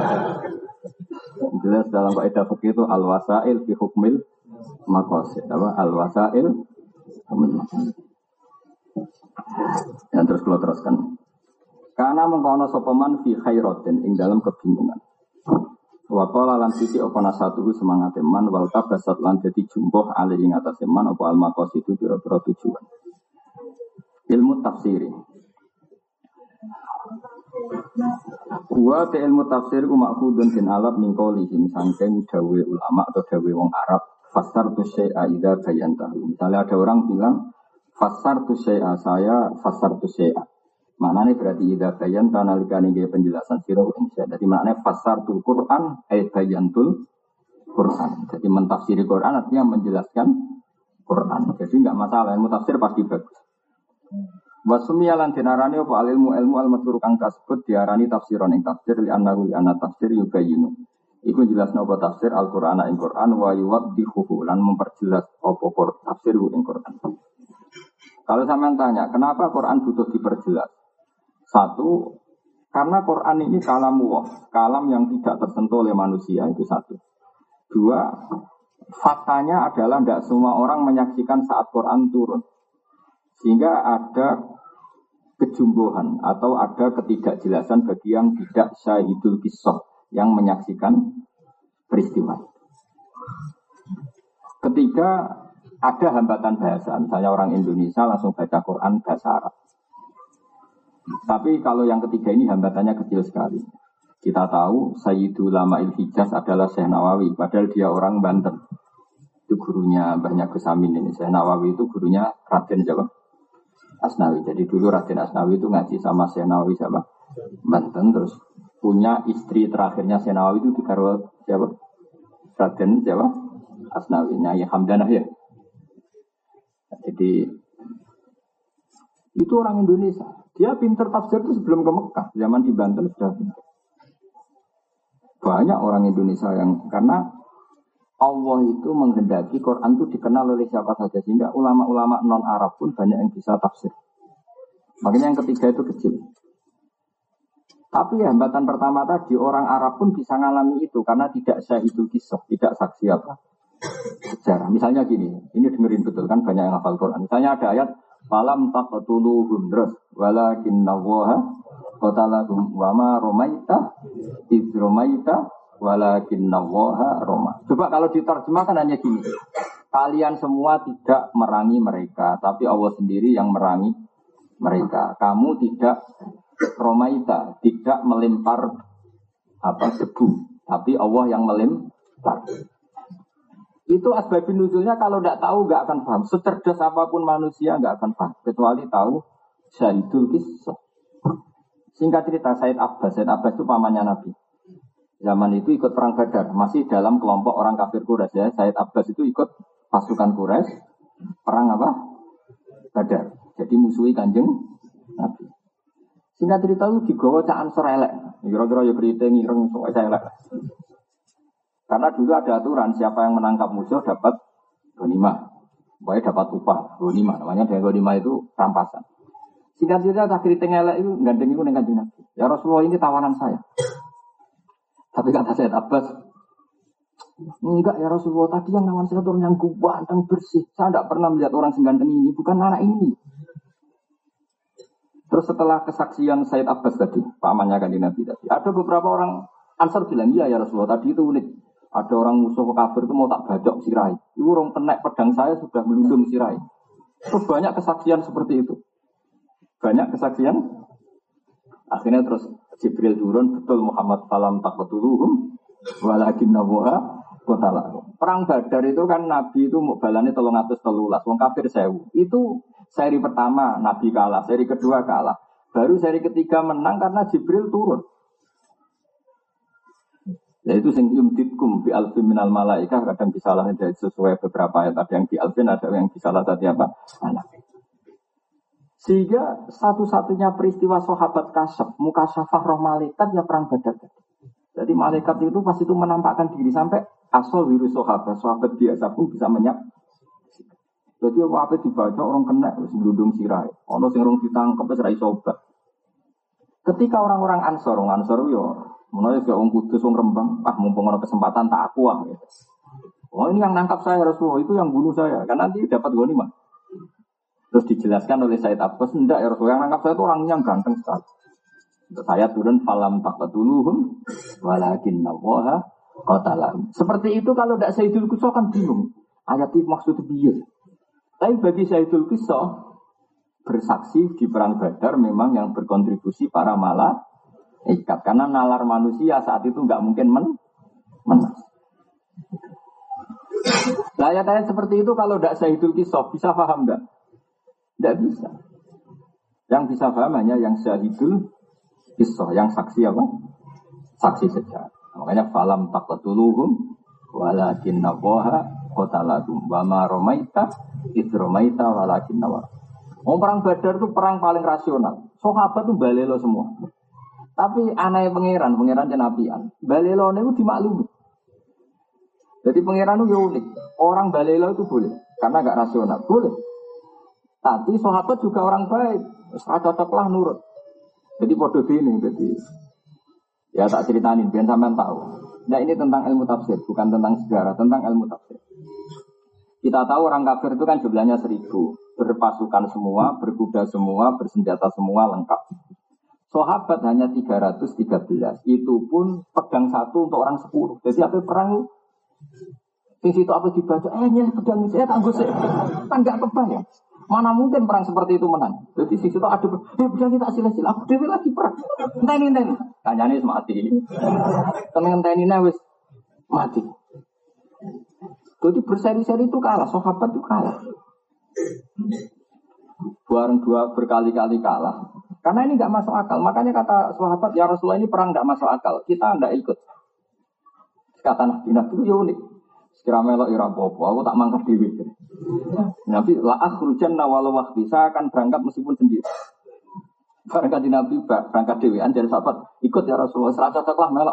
Jelas dalam kaidah fikih itu al-wasail fi hukmil maqasid. Apa? Al-wasail hukmil maqasid. Yang terus kalau teruskan. Karena mengkono sopeman fi khairatin ing dalam kebingungan. Wa qala lan sisi apa nasatu semangat man wal tabasat lan dadi jumbuh ali ing atase man apa al maqasid itu pira-pira tujuan. Ilmu tafsir. Wa ta ilmu tafsir ku makhudun bin alab min qaulihim sangking dawe ulama atau dawe wong Arab fasar tu syai'a idza bayantahu. Misalnya ada orang bilang fasar tu syai'a, saya fasar tu syai'a. Maknanya berarti idza bayanta nalikane nggih penjelasan sira ing syai'a. Dadi maknanya fasartul Quran ay bayantul Quran. Jadi mentafsiri Quran artinya menjelaskan Quran. Jadi enggak masalah, ilmu tafsir pasti bagus. Wasumia lan dinarani apa ilmu al-madhkur kang kasebut diarani tafsiron ing tafsir li annahu ana tafsir yubayinu. Iku jelasno apa tafsir Al-Qur'an ing Qur'an wa yuwaddihu lan memperjelas apa tafsir ing Qur'an. Kalau sampean tanya, kenapa Qur'an butuh diperjelas? Satu, karena Qur'an ini kalamullah, kalam yang tidak tersentuh oleh manusia itu satu. Dua, faktanya adalah tidak semua orang menyaksikan saat Qur'an turun. Sehingga ada kejumbuhan atau ada ketidakjelasan bagi yang tidak syahidul qissah, yang menyaksikan peristiwa. Ketiga, ada hambatan bahasa. Misalnya orang Indonesia langsung baca Quran bahasa Arab. Tapi kalau yang ketiga ini hambatannya kecil sekali. Kita tahu Sayyidul Ulama'il Hijaz adalah Syekh Nawawi, padahal dia orang Banten. Itu gurunya banyak Gusamin ini. Syekh Nawawi itu gurunya Raden siapa? Asnawi. Jadi dulu Raden Asnawi itu ngaji sama Syekh Nawawi siapa? Banten. Terus punya istri terakhirnya Syekh Nawawi itu dikarwa siapa? Raden siapa? Asnawi. Nyai Hamdanah ya. Jadi itu orang Indonesia. Dia pintar tafsir itu sebelum ke Mekah. Zaman di Banten sudah pintar. Banyak orang Indonesia yang karena Allah itu menghendaki Quran itu dikenal oleh siapa saja. Sehingga ulama-ulama non-Arab pun banyak yang bisa tafsir. Makanya yang ketiga itu kecil. Tapi hambatan pertama tadi orang Arab pun bisa ngalami itu. Karena tidak syahidul qissah, tidak saksi apa sejarah. Misalnya gini, ini dengerin betul kan banyak yang hafal Quran. Misalnya ada ayat falam taqtuluhum terus walakinnallaha qatalahum wa ma ramaita iz ramaita walakinnallaha rama. Coba kalau diterjemahkan hanya gini. Kalian semua tidak merangi mereka, tapi Allah sendiri yang merangi mereka. Kamu tidak ramaita, tidak melempar debu, tapi Allah yang melempar. Itu asbabun nuzulnya kalau tidak tahu nggak akan paham. Secerdas apapun manusia nggak akan paham. Kecuali tahu syahidul qissah. Singkat cerita Said Abbas itu pamannya Nabi. Zaman itu ikut perang Badar. Masih dalam kelompok orang kafir Quraisy ya. Said Abbas itu ikut pasukan Quraisy. Perang apa? Badar. Jadi musuhi Kanjeng Nabi. Singkat cerita itu digawa cak Ansor elek. Kira-kira ya keriting, ireng, soalnya elek. Karena dulu ada aturan siapa yang menangkap musuh dapat ghanimah. Pokoknya dapat upah, ghanimah. Namanya dari ghanimah itu rampasan. Singkat cerita, tak keriting elek itu, gandeng itu dengan Nabi. Ya Rasulullah ini tawanan saya. Tapi kata Sayyid Abbas, enggak ya Rasulullah, tadi yang nawan saya turun yang ganteng bersih. Saya tidak pernah melihat orang seganteng ini, bukan anak ini. Terus setelah kesaksian Sayyid Abbas tadi, pamannya Kanjeng Nabi tadi, ada beberapa orang Ansar bilang, iya ya Rasulullah, tadi itu unik. Ada orang musuh kafir itu mau tak bajok sirai. Itu orang kena pedang saya sudah melundung sirai. Terus banyak kesaksian seperti itu. Banyak kesaksian. Akhirnya terus Jibril turun, betul Muhammad falam taqtuluhum walakin nawaha qatalahu. Perang Badar itu kan Nabi itu mau balane 313, wong kafir 1000. Itu seri pertama Nabi kalah, seri kedua kalah. Baru seri ketiga menang karena Jibril turun. Yaitu sing yumditkum bi alfin minal malaikah, kadang disalahin dari sesuai beberapa ayat, ada yang di alfin, ada yang disalah tadi apa? Anak. Sehingga satu-satunya peristiwa sahabat kasyaf, mukasyafah roh malaikat ya perang Badar. Jadi malaikat itu pas itu menampakkan diri sampai asal virus sahabat biasa pun bisa menyak. Jadi apa dibaca orang kena seludung sirai, ono sing rong ditangkep wis ra iso obah. Ketika orang-orang Ansor yo mulai ke orang Kudus, orang Rembang, mumpung ada kesempatan tak aku gitu. Oh ini yang nangkap saya Rasulullah, itu yang bunuh saya, kan nanti dapat ghanimah. Terus dijelaskan oleh Sayyid Abbas, enggak ya Rasulullah, yang nangkap saya itu orangnya yang ganteng sekali. Untuk saya turun falam taqtuluhum walakin nawaha qatalahum. Seperti itu kalau tidak Sayyidul Qisah kan bingung. Ayat itu maksud biar. Tapi bagi Sayyidul Qisah bersaksi di perang Badar memang yang berkontribusi para malaikat, karena nalar manusia saat itu nggak mungkin menang. Ayat-ayat seperti itu kalau tidak Sayyidul Qisah bisa paham nggak? Tidak bisa. Yang bisa paham hanya yang Sayyidul Qisah, yang saksi apa? Saksi sejarah. Makanya falam taqtuluhum walakin nawaha qatalahum wa ma ramaita id ramaita walakin nawaha. Perang Badar itu perang paling rasional. Sahabat itu balelo semua. Tapi aneh pangeran jenapian. Balelo itu dimaklumi. Jadi pangeran itu unik. Orang balelo itu boleh. Karena gak rasional. Boleh. Tapi sahabat juga orang baik. Cocoklah nurut. Jadi podo ini. Jadi ya tak ceritain. Biar sampean tahu. Nah ini tentang ilmu tafsir. Bukan tentang sejarah. Tentang ilmu tafsir. Kita tahu orang kafir itu kan jumlahnya 1000. Berpasukan semua, berkuda semua, bersenjata semua, lengkap. Sahabat hanya 313. Itu pun pedang satu untuk orang 10. Jadi apa perang? Di situ apa dibaca? Nyel pedang saya tangguh saya. Kan nggak kebayang. Mana mungkin perang seperti itu menang? Jadi di situ ada pedang kita sila-sila. Aku dewi lagi perang. Enteni. Kanyane mati. Enteni wis mati. Jadi berseri-seri itu kalah. Sahabat itu kalah. Bareng dua berkali-kali kalah. Karena ini nggak masuk akal. Makanya kata sahabat, ya Rasulullah ini perang nggak masuk akal. Kita nggak ikut. Kata Nabi itu ya unik. Sekira melok ira apa-apa, aku tak mangkat dewi. Nabi la akhrujanna walau wahdi. Saya akan berangkat meskipun sendiri. Berangkat di Nabi berangkat dewean dari sahabat. Ikut ya Rasulullah. Serata cocoklah melok.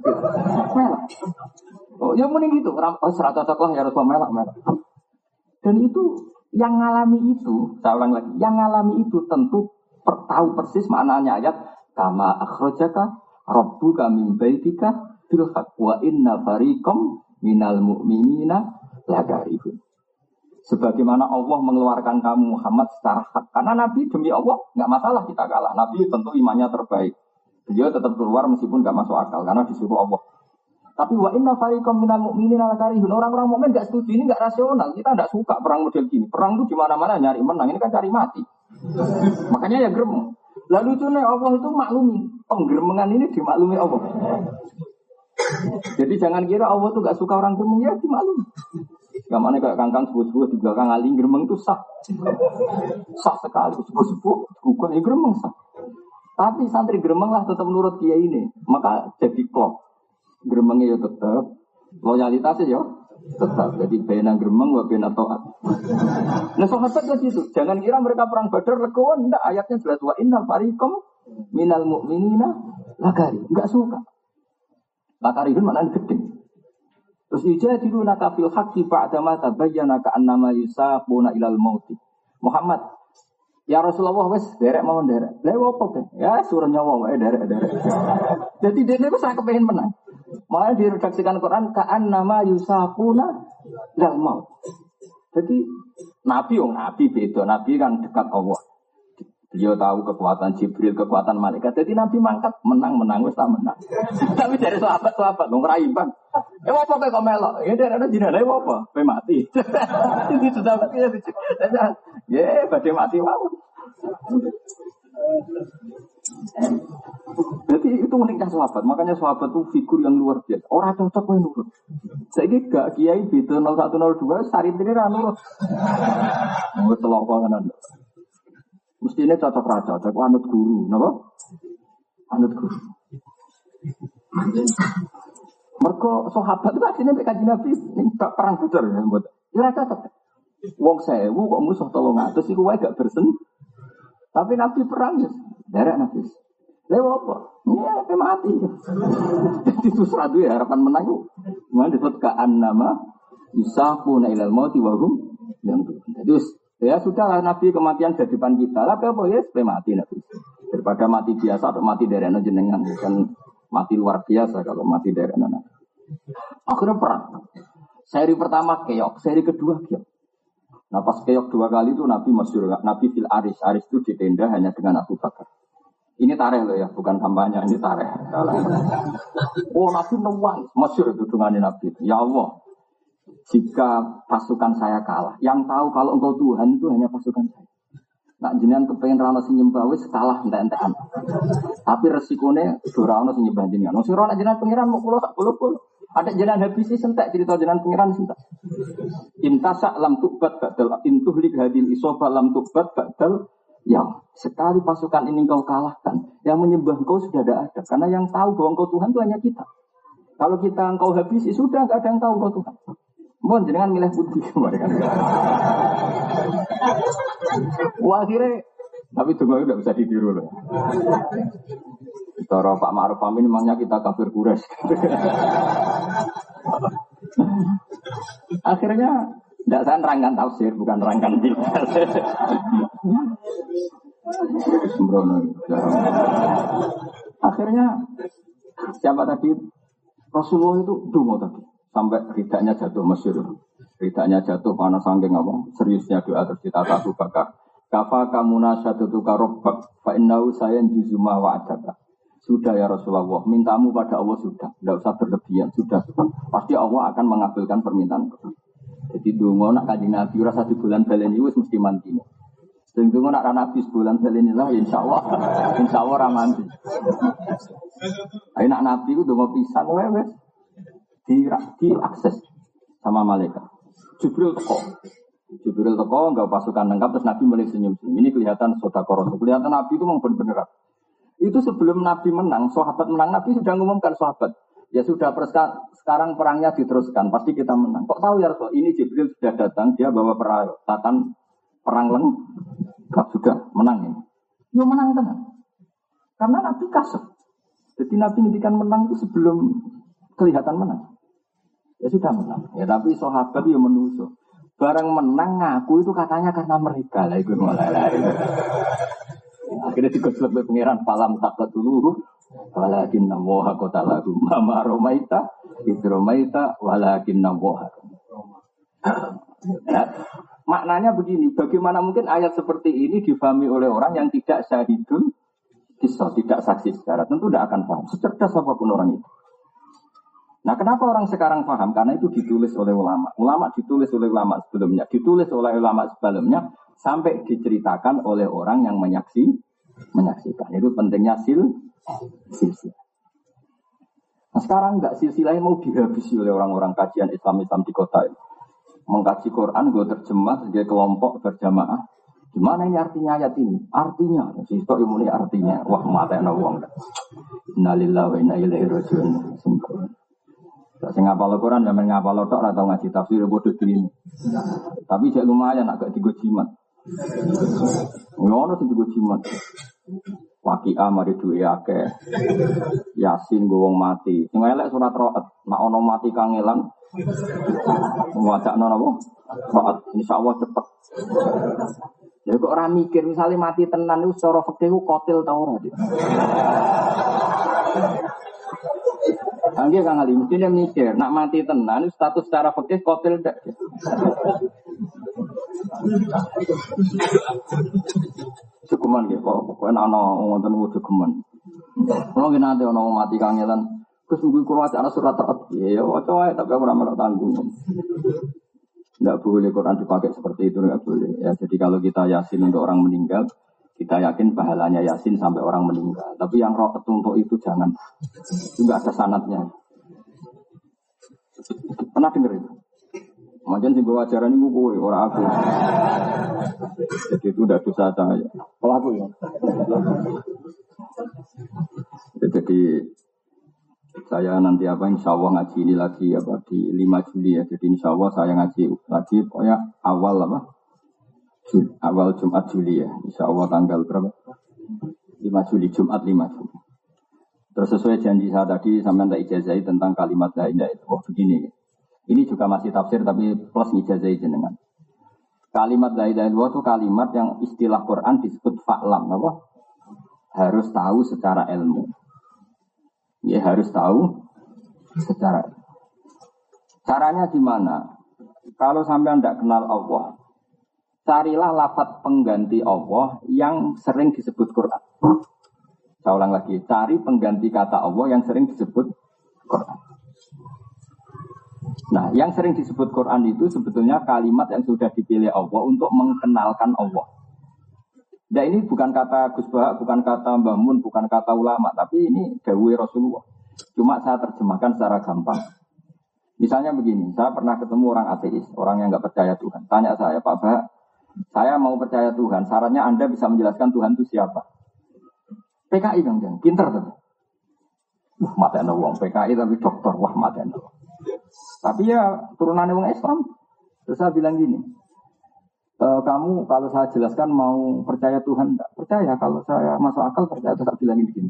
Oh ya mending gitu. Oh serata cocoklah ya Rasulullah melok. Dan itu yang ngalami itu, saya ulang lagi, yang ngalami itu tentu tahu persis maknanya ayat kama akhrajaka rabbuka min baitika bil haqq wa inna fariqam minal mu'minina lakarihun. Sebagaimana Allah mengeluarkan kamu Muhammad secara hak. Karena Nabi demi Allah nggak masalah kita kalah. Nabi tentu imannya terbaik. Beliau tetap keluar meskipun nggak masuk akal karena disuruh Allah. Tapi wa inna fariqam minal mu'minina lakarihun. Orang-orang mukmin nggak setuju, ini nggak rasional. Kita nggak suka perang model gini. Perang itu di mana-mana nyari menang, ini kan cari mati. Makanya ya gremeng. Lalu itu Allah itu maklumi. Penggeremengan ini dimaklumi Allah. Jadi jangan kira Allah itu nggak suka orang gremeng, ya dimaklumi. Gamane kayak kangkang sepuh-sepuh di belakang aling gremeng itu sah. Sah sekali sepuh-sepuh bukan gremeng sah. Tapi santri gremeng lah tetap menurut kiai ini. Maka jadi klop. Gremengnya ya tetap, loyalitasnya ya tetap. Jadi bena gremeng wa bena taat. Nah sahabat kan gitu. Jangan kira mereka perang Badar legowo, ndak, ayatnya jelas wa innal fariqam minal mu'minina lakari. Enggak suka. Lakarihun maknanya gede. Terus ijadilunaka fil haqqi ba'dama tabayyana ka'annama yusaquna ilal mauti. Muhammad, ya Rasulullah wis derek mau derek. Lha opo ke? Ya suruh nyawa wae derek. Jadi dene wis sak kepengin menang. Malah diredaksikan Quran ka'annama yusaquna ilal maut. Jadi nabi beda. Nabi kan dekat Allah. Beliau tahu kekuatan Jibril, kekuatan malaikat. Jadi Nabi mangkat, menang, wis tak menang. Tapi dari sahabat, dong raiban. Apa kok melok? Ya dari ada jinak, apa? Pe mati. Itu sudah mati ya. Ya, badhe mati wow. Jadi itu uniknya sahabat. Makanya sahabat itu figur yang luar biasa. Orang cocok kowe nurut. Saiki gak kiai beda 0102 sarintine ra nurut. Wis telok-telokan. Mestinya cocok raja, cocok anut guru, napa? Anut guru. Mereka sahabat itu aslinya kaji Nabi ini perang Badar ya, buat. Ya cocok. Wong 1000 kok musuh 300 iku wae gak bersen. Tapi Nabi perang ya, derek Nabi. Lha apa? Ya mati. Itu seradu ya harapan menang itu. Mana disebut ka'annama yusaquna ilal mauti wa hum yanzurun. Jadi ya sudahlah Nabi kematian di depan kita. Tapi apa ya supaya mati Nabi. Daripada mati biasa atau mati dari anak jenengan kan mati luar biasa kalau mati dari anak. Akhirnya perang. Seri pertama keok, seri kedua keok. Nah pas keok 2 kali itu Nabi masyhur, Nabi fil aris itu di tenda hanya dengan Abu Bakar. Ini tareh loh ya, bukan kampanye, ini tareh. Oh Nabi nangis, masyhur itu dengan Nabi. Ya Allah. Jika pasukan saya kalah, yang tahu kalau engkau Tuhan itu hanya pasukan saya. Nak jenengan kepengen rano sing nyembah wis kalah entek-entekan. Tapi resikonya ora ono sing nyembah jenengan. Wong sing ora jenengan pangeran mau kula sak puluh-puluh. Ada jenengan habisi sentek cerita jenengan pangeran sentek. Intasa lam tubat badal intuhlik hadil isoba lam tubat badal ya. Sekali pasukan ini engkau kalahkan, yang menyembah engkau sudah ada. Karena yang tahu bahwa engkau Tuhan itu hanya kita. Kalau kita engkau habisi sudah enggak ada yang tahu engkau Tuhan. Mohon jangan milih putih kemarin. Wah akhirnya, tapi tunggu tidak bisa ditiru loh. Cara Pak Ma'ruf Amin memangnya kita kafir Quraisy. Akhirnya, tidak saya nerangkan tafsir, bukan nerangkan kita. Sembrono. Akhirnya, siapa tadi? Rasulullah itu dungo tadi. Sampai ridaknya jatuh masyhur. Ridaknya jatuh karena saking apa? Seriusnya doa terus ditata Abu Bakar. Kafa kamuna syadatuka rabbak fa innahu sayanjuzu ma wa'adaka. Sudah ya Rasulullah, mintamu pada Allah sudah. Tidak usah berlebihan, sudah. Pasti Allah akan mengabulkan permintaan. Jadi donga nak Kanjeng Nabi ora satu bulan baleni wis mesti mantine. Sing donga nak Nabi sebulan baleni lah insyaallah ra mandi. Ayo nak Nabi ku donga pisan wae wis diakses sama malaikat. Jibril teko enggak pasukan lengkap terus Nabi mulai senyum-senyum. Ini kelihatan sedekah Rasul. Kelihatan Nabi itu memang benar-benar. Itu sebelum Nabi menang, sahabat menang, Nabi sudah mengumumkan sahabat. Ya sudah sekarang perangnya diteruskan, pasti kita menang. Kok tahu ya Rasul? Ini Jibril sudah datang, dia bawa peralatan perang lengkap sudah menang ini. Ya menang tenang. Karena Nabi kasih. Jadi Nabi ngendikan menang itu sebelum kelihatan menang. Ya sudah menang. Ya tapi sahabat ya menuso. Barang menang ngaku itu katanya karena mereka lah itu mulai. Akhirnya digosok oleh pangeran falam takut dulu. Walakin namoha kota lagu mama romaita idromaita walakin namoha. Maknanya begini. Bagaimana mungkin ayat seperti ini difahami oleh orang yang tidak syahidul kisah, tidak saksi secara tentu tidak akan paham. Secerdas apapun orang itu. Nah kenapa orang sekarang paham? Karena itu ditulis oleh ulama. Ulama ditulis oleh ulama sebelumnya. Ditulis oleh ulama sebelumnya. Sampai diceritakan oleh orang yang menyaksikan. Itu pentingnya silsilah. Nah sekarang enggak silsilahnya mau dihabisi oleh orang-orang kajian Islam di kota ini. Mengkaji Quran, gue terjemah sebagai kelompok berjamaah. Gimana ini artinya ayat ini? Artinya, sistok ilmu ini artinya. Wah mata yang wong. Innalillahi wa inna ilaihi raji'un. Saya ngapal Al-Quran, jangan ngapal tok atau ngaji tafsir bodoh ini. Tapi saya lumayan agak digo jimat. Ngono sing digo jimat. Waqi'ah mari duwe akeh. Yasin go wong mati. Sing elek surat Ra'd, nek ana mati kangelan Wacana apa? Saat insyaallah cepet. Ya kok ora mikir misalnya mati tenan itu secara fikih ku qatil ta ora gitu. Angge Kang Ali mesti dia mikir nak mati tenan status secara fikih qatil ndak. Cukuman nggih kok pokoke ana wonten cukuman. Kalau nggih nate ana mati kangelan Gus mungkin kalau ada surat taat, ya waca wae tapi aku ora melok tanggung. Tidak boleh Quran dipakai seperti itu, tidak boleh. Ya, jadi kalau kita yasin untuk orang meninggal, kita yakin pahalanya yasin sampai orang meninggal. Tapi yang roh ketuntut itu jangan, itu nggak ada sanatnya. Pernah dengar itu? Macam sih bawa ajaran ini gue, orang aku. Jadi itu udah dosa saya. Kalau aku ya. Jadi saya nanti insya Allah ngaji ini lagi di 5 Juli ya. Jadi insya Allah saya ngaji lagi pokoknya awal awal Jumat Juli ya. Insya Allah tanggal berapa? 5 Juli, Jumat 5 Juli. Terus sesuai janji saya tadi sampai tak ijazahi tentang kalimat la ilaha illallah begini. Ini juga masih tafsir tapi plus ijazahi jenengan. Kalimat la ilaha illallah itu kalimat yang istilah Quran disebut fa'lam, apa? Harus tahu secara ilmu. Ya harus tahu secara. Caranya gimana? Kalau sampai tidak kenal Allah, carilah lafaz pengganti Allah yang sering disebut Quran. Saya ulang lagi, cari pengganti kata Allah yang sering disebut Quran. Nah, yang sering disebut Quran itu sebetulnya kalimat yang sudah dipilih Allah untuk mengenalkan Allah. Nah ini bukan kata Gus Bah, bukan kata Mbah Mun, bukan kata ulama, tapi ini dawuh Rasulullah. Cuma saya terjemahkan secara gampang. Misalnya begini, saya pernah ketemu orang ateis, orang yang nggak percaya Tuhan. Tanya saya, Pak Bah, saya mau percaya Tuhan, syaratnya Anda bisa menjelaskan Tuhan itu siapa? PKI Kang Jang, pinter tuh. Mati ana wong PKI tapi dokter, wah mati ana. Tapi ya turunannya wong Islam. Terus saya bilang gini, kamu kalau saya jelaskan mau percaya Tuhan enggak? Percaya, kalau saya masuk akal percaya. Terus saya bilang gini,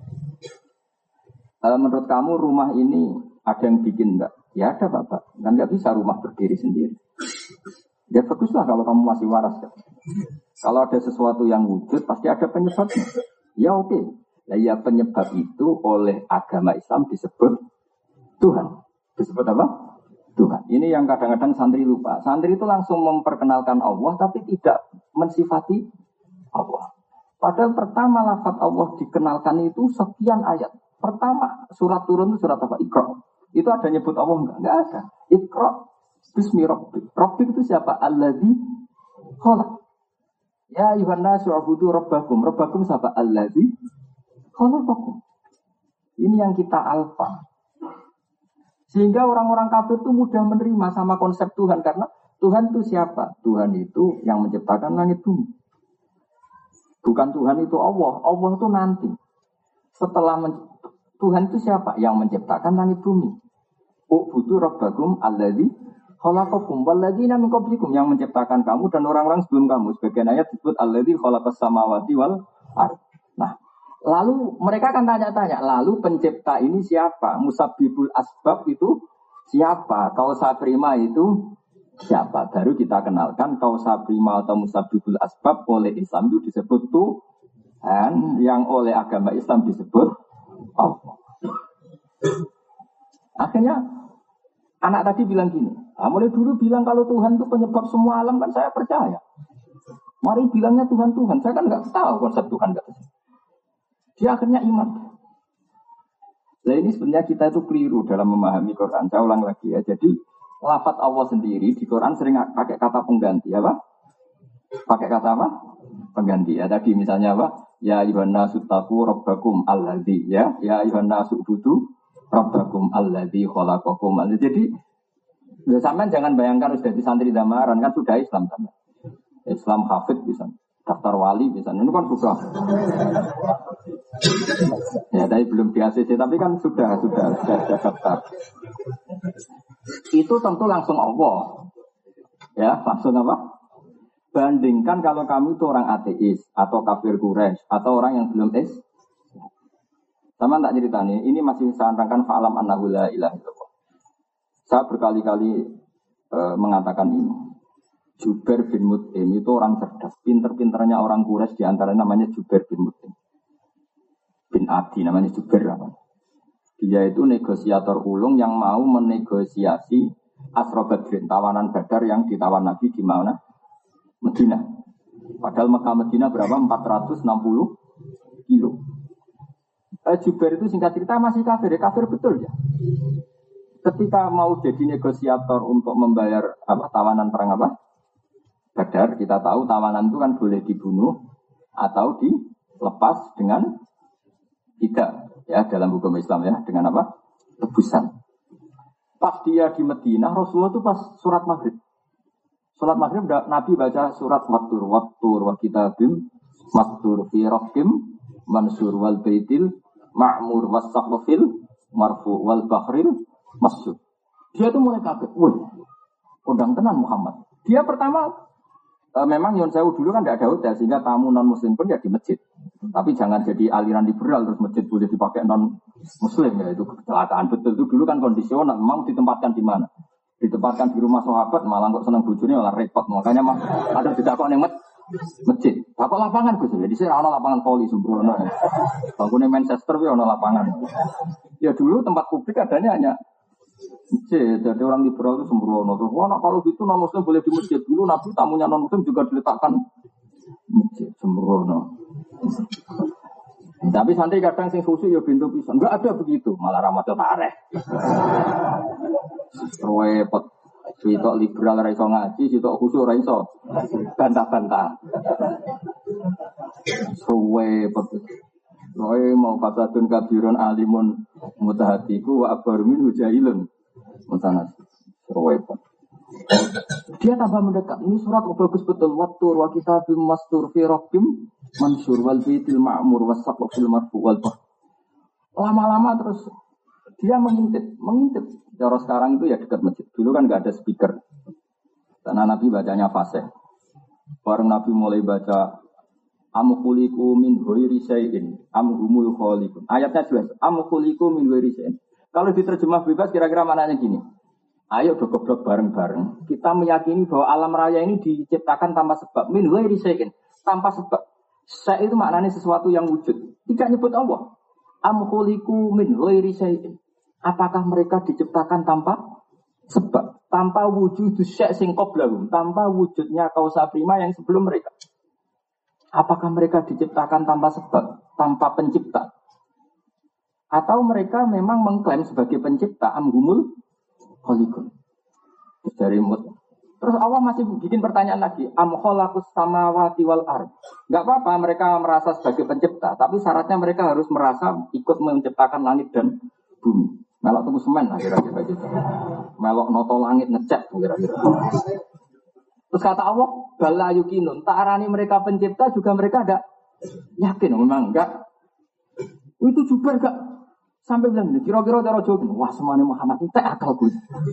menurut kamu rumah ini ada yang bikin enggak? Ya ada Bapak, kan enggak bisa rumah berdiri sendiri. Ya baguslah kalau kamu masih waras. Kan? Kalau ada sesuatu yang wujud pasti ada penyebabnya. Ya oke. Nah ya penyebab itu oleh agama Islam disebut Tuhan. Disebut apa? Tuhan. Ini yang kadang-kadang santri lupa. Santri itu langsung memperkenalkan Allah tapi tidak mensifati Allah. Padahal pertama lafaz Allah dikenalkan itu sekian ayat. Pertama surat turun itu surat apa? Iqra. Itu ada nyebut Allah enggak? Enggak ada. Iqra bismi rabbik. Rabbik itu siapa? Alladzi khalaq. Ya ayuhan nasu ubudu rabbakum. Rabbakum siapa? Alladzi khalaqakum. Ini yang kita alfa. Sehingga orang-orang kafir itu mudah menerima sama konsep Tuhan. Karena Tuhan itu siapa? Tuhan itu yang menciptakan langit bumi. Bukan Tuhan itu Allah. Allah itu nanti. Setelah Tuhan itu siapa? Yang menciptakan langit bumi. U'budu rabbakum alladzi khalaqakum walladzina min qablikum, yang menciptakan kamu dan orang-orang sebelum kamu. Sebagian ayat disebut alladzi khalaqas samawati wal ardh. Nah, lalu mereka akan tanya-tanya, lalu pencipta ini siapa? Musabbibul asbab itu siapa? Kausa prima itu siapa? Baru kita kenalkan kausa prima atau musabbibul asbab oleh Islam itu disebut Tuhan, yang oleh agama Islam disebut Allah. Akhirnya anak tadi bilang gini, mulai dulu bilang kalau Tuhan itu penyebab semua alam, kan saya percaya. Mari bilangnya Tuhan, saya kan nggak tahu konsep Tuhan. Dia akhirnya iman. Nah ini sebenarnya kita itu keliru dalam memahami Quran. Saya ulang lagi ya. Jadi lafaz Allah sendiri di Quran sering pakai kata pengganti, apa? Pakai kata apa? Pengganti. Ya tadi misalnya apa? Ya ayyuhan nasu taqu rabbakum alladzi, ya ayyuhan nasu ubudu rabbakum alladzi khalaqakum. Jadi sampean jangan bayangkan sudah di santri damaran, kan sudah Islam sampean. Islam hafid bisa, daftar wali bisa. Ini kan sudah. Ya, tapi belum di ACC, tapi kan sudah daftar. Itu tentu langsung Allah. Ya, langsung apa? Bandingkan kalau kamu itu orang ateis atau kafir Quraisy atau orang yang belum sama tak ceritanya, ini masih saya terangkan fa'alam annahu la ilaha illallah. Saya berkali-kali mengatakan ini. Jubair bin Mut'im itu orang cerdas. Pinter-pinternya orang Quraisy diantaranya namanya Jubair bin Mut'im. Bin Adi namanya Jubair. Dia itu negosiator ulung yang mau menegosiasi Asra Badrin, tawanan Badar yang ditawan Nabi di mana? Medina. Padahal Mekah Medina berapa? 460 kilo. Jubair itu singkat cerita masih kafir, ya kafir betul ya. Ketika mau jadi negosiator untuk membayar tawanan perang Badar, kita tahu tawanan itu kan boleh dibunuh atau dilepas dengan tidak. Ya, dalam hukum Islam ya, dengan tebusan. Pas dia di Madinah, Rasulullah itu pas surat maghrib. Surat maghrib Nabi baca surat Wattur wa kitabim mastur fi raqqim mansur wal baitil ma'mur was saqfil marfu wal bahril masjud. Dia itu mulai kaget. Wah, kondang tenan Muhammad. Dia pertama memang Yon Sewu dulu kan tidak ada hotel sehingga tamu non muslim pun ya di masjid. Tapi jangan jadi aliran liberal terus masjid boleh dipakai non muslim ya, itu kecelakaan betul. Itu dulu kan kondisional, mau ditempatkan di mana? Ditempatkan di rumah sahabat malah kok seneng bojone malah repot. Makanya mah ada ditakok ning masjid. Takok lapangan Gus. Jadi sih ana lapangan voli sembrono. Bangkune Manchester ya ana lapangan. Ya dulu tempat publik adanya hanya masjid. Jadi orang liberal itu sembrono. Tuh, wah, kalau gitu non muslim boleh di masjid. Dulu Nabi tamunya non muslim juga diletakkan masjid sembrono. Tapi santri kadang sing khusyuk ya pintu pisan. Enggak ada begitu, malah ramadhan tareh. Repot. Sitok liberal ra iso ngaji, sitok khusyuk ra iso bantah-bantah. Repot. Roe mau fasadun kabirun alimun mutahatiku wa abarmin hujailun. Mutanas. Repot. Dia tambah mendekat. Ini surat bagus betul. Wattur wa kitabim mastur fi raqqim mansur wal baitil ma'mur was saqfil marfu wal bah. Lama-lama terus dia mengintip. Cara sekarang itu ya dekat masjid. Dulu kan enggak ada speaker. Karena Nabi bacanya fasih. Bareng Nabi mulai baca am khuliqu min ghairi syai'in am humul khaliqun. Ayatnya jelas. Am khuliqu min ghairi syai'in. Kalau diterjemah bebas kira-kira maknanya gini. Ayo goblok bareng-bareng. Kita meyakini bahwa alam raya ini diciptakan tanpa sebab. Min ghairi syai'in, tanpa sebab. Syai' itu maknanya sesuatu yang wujud. Tidak nyebut Allah. Am khuliqu min ghairi syai'in. Apakah mereka diciptakan tanpa sebab? Tanpa wujud syai' sing qablahum, tanpa wujudnya kausa prima yang sebelum mereka. Apakah mereka diciptakan tanpa sebab, tanpa pencipta? Atau mereka memang mengklaim sebagai pencipta amhumul khaliqun. Terus Allah masih bikin pertanyaan lagi, am khalaqus samawati wal ard. Enggak apa-apa mereka merasa sebagai pencipta, tapi syaratnya mereka harus merasa ikut menciptakan langit dan bumi. Melok tuku semen lah kira-kira gitu. Melok noto langit ngecek kira-kira. Terus kata Allah, bala yukinun, tak arani mereka pencipta juga mereka ada yakin memang enggak. Itu juga enggak. Sampai bilang ini, kira-kira cara jawab, wah semuanya Muhammad itu akal gue.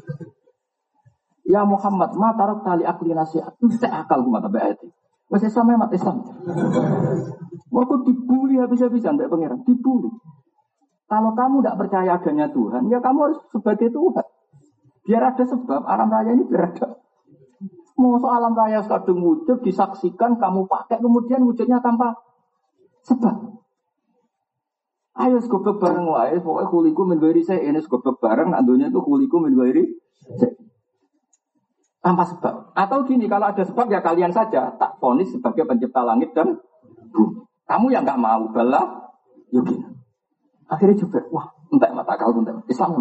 Ya Muhammad, ma tarak tali akli nasihat, itu akal gue mata bayati. Masih sama mata Islam. Waktu dibully habis-habisan, Mbak Pangeran, dibully. Kalau kamu tidak percaya adanya Tuhan, ya kamu harus sebagai Tuhan. Biar ada sebab, alam raya ini biar ada. Mau soal alam raya kadung wujud, disaksikan, kamu pakai, kemudian wujudnya tanpa sebab. Ayo goblok bareng wae, pokoknya kuliku min ghairi syai'in, goblok bareng, andonya itu kuliku min ghairi syai'in. Tanpa sebab. Atau gini, kalau ada sebab ya kalian saja tak vonis sebagai pencipta langit dan bumi. Kamu yang enggak mau bala, yuk. Akhirnya juga, wah, entek mata akal entek. Islam.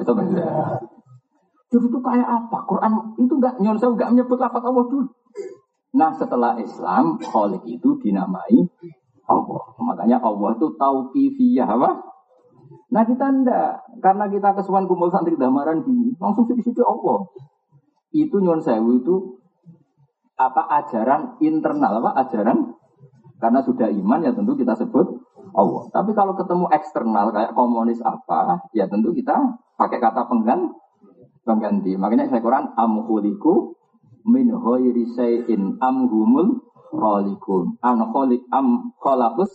Jadi itu kayak apa? Quran itu enggak nyonsau enggak menyebut lafaz Allah dulu. Nah, setelah Islam, Khaliq itu dinamai Allah. Makanya Allah itu tauqifiyah apa? Nah kita enggak. Karena kita kesuwan kumpul santri damaran gini. Langsung di situ Allah. Itu nyuwun sewu itu ajaran internal ajaran. Karena sudah iman ya tentu kita sebut Allah. Tapi kalau ketemu eksternal kayak komunis apa. Ya tentu kita pakai kata pengganti. Makanya saya Quran am khuliqu min ghairi syai'in am humul khaliqun am khalaqus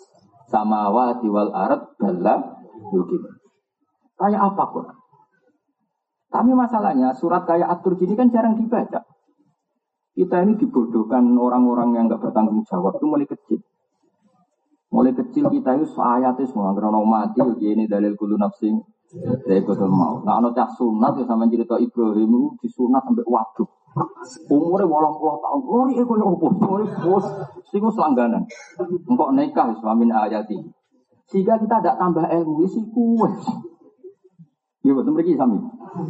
samawati wal ard balla yuqin. Kayak apa Quran? Tapi masalahnya surat kayak At-Tur ini kan jarang dibaca. Kita ini dibodohkan orang-orang yang nggak bertanggung jawab itu mulai kecil. Mulai kecil kita itu ayatnya semua karena mati ini dalil kudu nafsing dari kudu mau. Nah ono cah sunat ya sama cerita Ibrahim itu disunat sampai waduk. Umurnya 80 tahun. Lori eko yo opo? Lori bos sing selangganan. Engkok nikah suamin ayati. Sehingga kita tidak tambah ilmu wis iku wis. Ya betul mriki sami.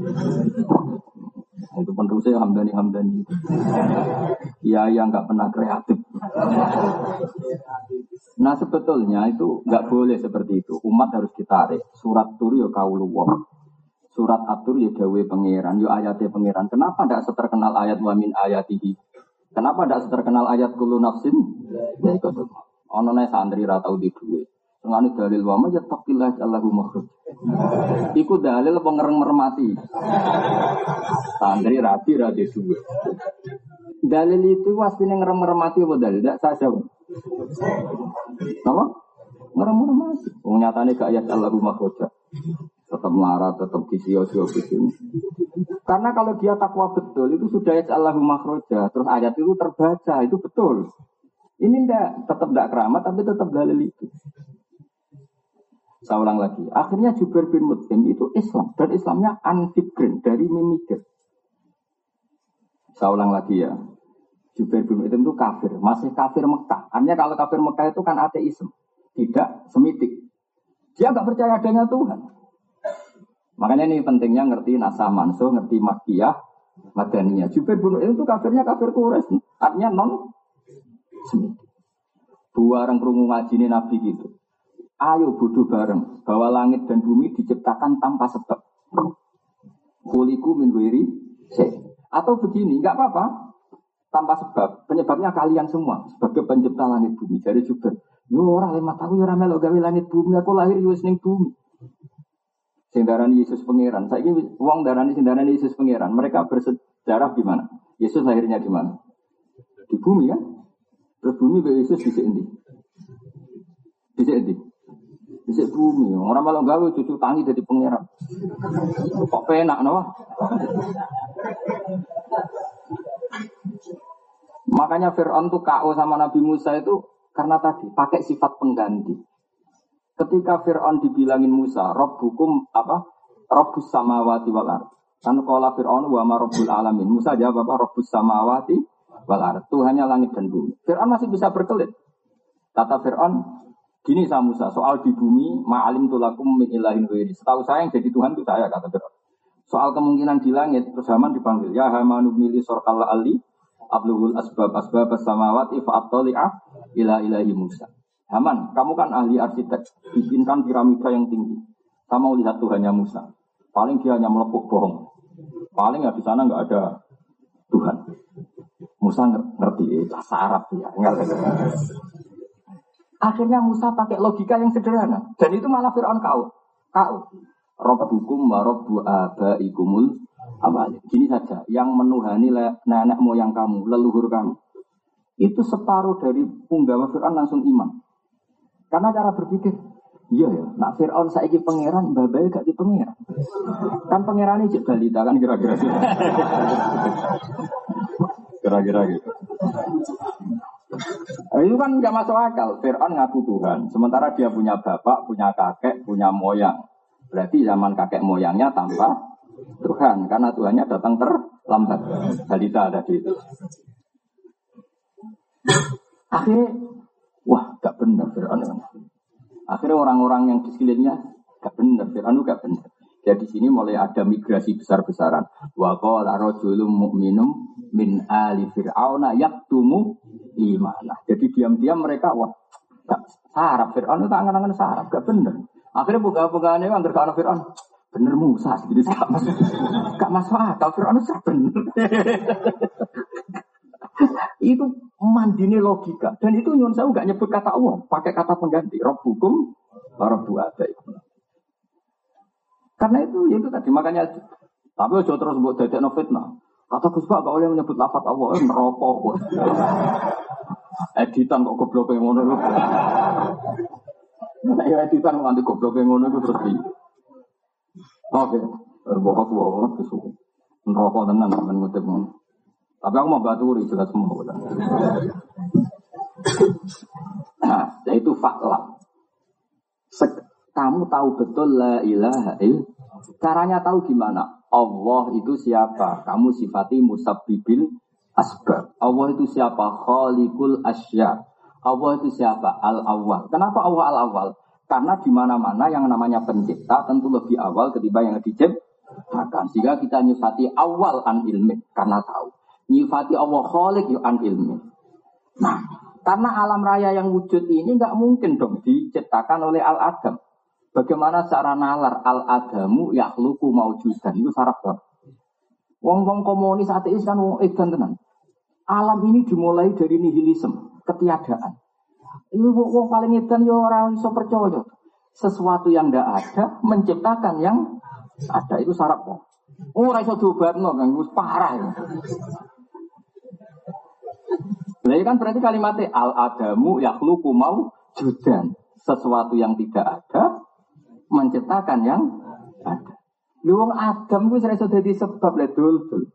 Itu penerusnya Hamdani. Ya yang nggak pernah kreatif. Nah sebetulnya itu nggak boleh seperti itu. Umat harus ditarik. Surat Tur ya kauluwah. Surat At-Tur ya dawe pangeran, ya ayatnya pangeran. Kenapa tidak seterkenal ayat wa min ayatihi? Kenapa tidak seterkenal ayat kullu nafsin? Ya ikut. Ono nek santri ra tau di duwe. Ngene dalil wa ma yattaqillah Allahu makhraj. Iku dalil apa ngereng mermati. Santri rapi ra di duwe. Dalil itu wasine ngereng mermati apa dalil? Tidak saja. Apa? Ngereng mermati. Wong nyatane gak ayat Allahu makhraj. Tetap melarat, tetap disio-sio begini. Karena kalau dia takwa betul, itu sudah ayat Allahu makhroja. Terus ayat itu terbaca, itu betul. Ini tetap tidak keramat, tapi tetap dalil itu. Saya ulang lagi. Akhirnya Jubair bin Mut'im itu Islam. Dan Islamnya anfikrin, dari memikir. Saya ulang lagi ya. Jubair bin Mut'im itu kafir. Masih kafir Mekah. Artinya kalau kafir Mekah itu kan ateisme. Tidak semitik. Dia nggak percaya adanya Tuhan. Makanya ini pentingnya ngerti nasah mansuh, ngerti makiyah, madaniyah. Jubair bin Mut'im itu kafirnya kafir Quraisy, artinya non semitik. Dua orang krungu ngajine Nabi gitu. Ayo bodoh bareng bahwa langit dan bumi diciptakan tanpa sebab. Khuliqu min ghairi syai'. Atau begini, enggak apa-apa. Tanpa sebab. Penyebabnya kalian semua sebagai pencipta langit bumi. Dari Jubair. Yo ora lemah aku yo ora melok gawe langit bumi, aku lahir yo wis ning bumi. Sing darani Yesus pangeran. Saiki wong darani sing darani Yesus pangeran. Mereka bersejarah di mana? Yesus lahirnya di mana? Di bumi kan? Terus bumi be Yesus dhisik endi? Dhisik endi? Dhisik bumi. Ora malah gawe cucu tangi dadi pangeran. Kok penak napa? Makanya Fir'aun tuh KO sama Nabi Musa itu karena tadi pakai sifat pengganti. Ketika Fir'aun dibilangin Musa, Rabbukum apa? Rabbus samawati wal ardh. Kan qala Fir'aun wa ma rabbul alamin. Musa jawab apa? Rabbus samawati wal ardh. Tuhannya langit dan bumi. Fir'aun masih bisa berkelit. Kata Fir'aun, gini sama Musa, soal di bumi ma'alim tulakum min ilahin ghairi. Setahu saya yang jadi Tuhan itu saya, kata Fir'aun. Soal kemungkinan di langit, terus Haman dipanggil, ya Haman ibnili sorqal ali abluhul asbab as-samawati fa'attali'a ila ilahi Musa. Haman, kamu kan ahli arsitek, bikinkan piramida yang tinggi. Saya mau lihat Tuhannya Musa. Paling dia hanya melepuk bohong. Paling ya di sana nggak ada Tuhan. Musa ngerti, bahasa Arab ya. Akhirnya Musa pakai logika yang sederhana. Dan itu malah Fir'aun kau. Rabbukum wa rabbu abaikumul awal. Gini saja, yang menuhani nenek moyang kamu, leluhur kamu. Itu separuh dari punggawa Fir'aun langsung iman. Karena cara berpikir, iya ya, nak Fir'aun saiki pangeran, babai gak di pangeran. Kan pangeran ini balita kan kira-kira gitu. Kira-kira gitu. Itu kan gak masuk akal. Fir'aun ngaku Tuhan, sementara dia punya bapak, punya kakek, punya moyang. Berarti zaman kakek moyangnya tanpa Tuhan, karena Tuhannya datang terlambat. Balita tadi itu. Akhirnya, wah, gak benar Fir'aun. Akhirnya orang-orang yang di sekelilingnya gak benar, Fir'aun gak benar. Jadi di sini mulai ada migrasi besar-besaran. Wa qala rajulun mu'minum min ali fir'auna yaktumu imanah. Jadi diam-diam mereka wah, gak sarap Fir'aun itu angan-angan sarap, gak benar. Akhirnya buka-bukaannya yang gergana Fir'aun. Bener Musa, jadi gak masuk akal Fir'aun itu bener. Itu mandine logika dan itu nyuwun saya enggak nyebut kata Allah, pakai kata pengganti Rabbukum wa rabbu abaikum. Karena itu tadi makanya tapi aja terus mbok dadekno fitnah. Kata Gus Pak gak boleh menyebut lafaz Allah, neraka. Editan kok goblok ngono lho. Nah, ya editan kok anti goblok ngono iku terus piye? Oke. Bohong kesuwen. Neraka tenan men ngutip ngono. Tapi aku mau baturi jelas semua. Nah, itu faklam. Kamu tahu betul la ilaha illallah. Caranya tahu gimana? Allah itu siapa? Kamu sifati musabbibil asbab. Allah itu siapa? Khaliqul asya. Allah itu siapa? Al-awwal. Kenapa Allah al-awwal? Karena di mana-mana yang namanya pencipta tentu lebih awal ketimbang yang diciptakan. Sehingga kita nyifati awal an ilmi karena tahu. Nyifati Allah khaliq ya an ilmi. Nah, karena alam raya yang wujud ini nggak mungkin dong diciptakan oleh al-adam. Bagaimana cara nalar al-adamu yakhluqu maujudan itu syarat dong. Wong-wong komunis ateis kan wong edan tenan. Alam ini dimulai dari nihilisme, ketiadaan. Ini wong paling edan yo ora iso percaya. Sesuatu yang ndak ada menciptakan yang ada itu syarat dong. Ora iso diobatno kan wis parah ya. Nah, kan berarti kalimatnya al-adamu yakhluqu maujudan. Sesuatu yang tidak ada menciptakan yang ada. Wong Adam ku iso dadi sebab le dul.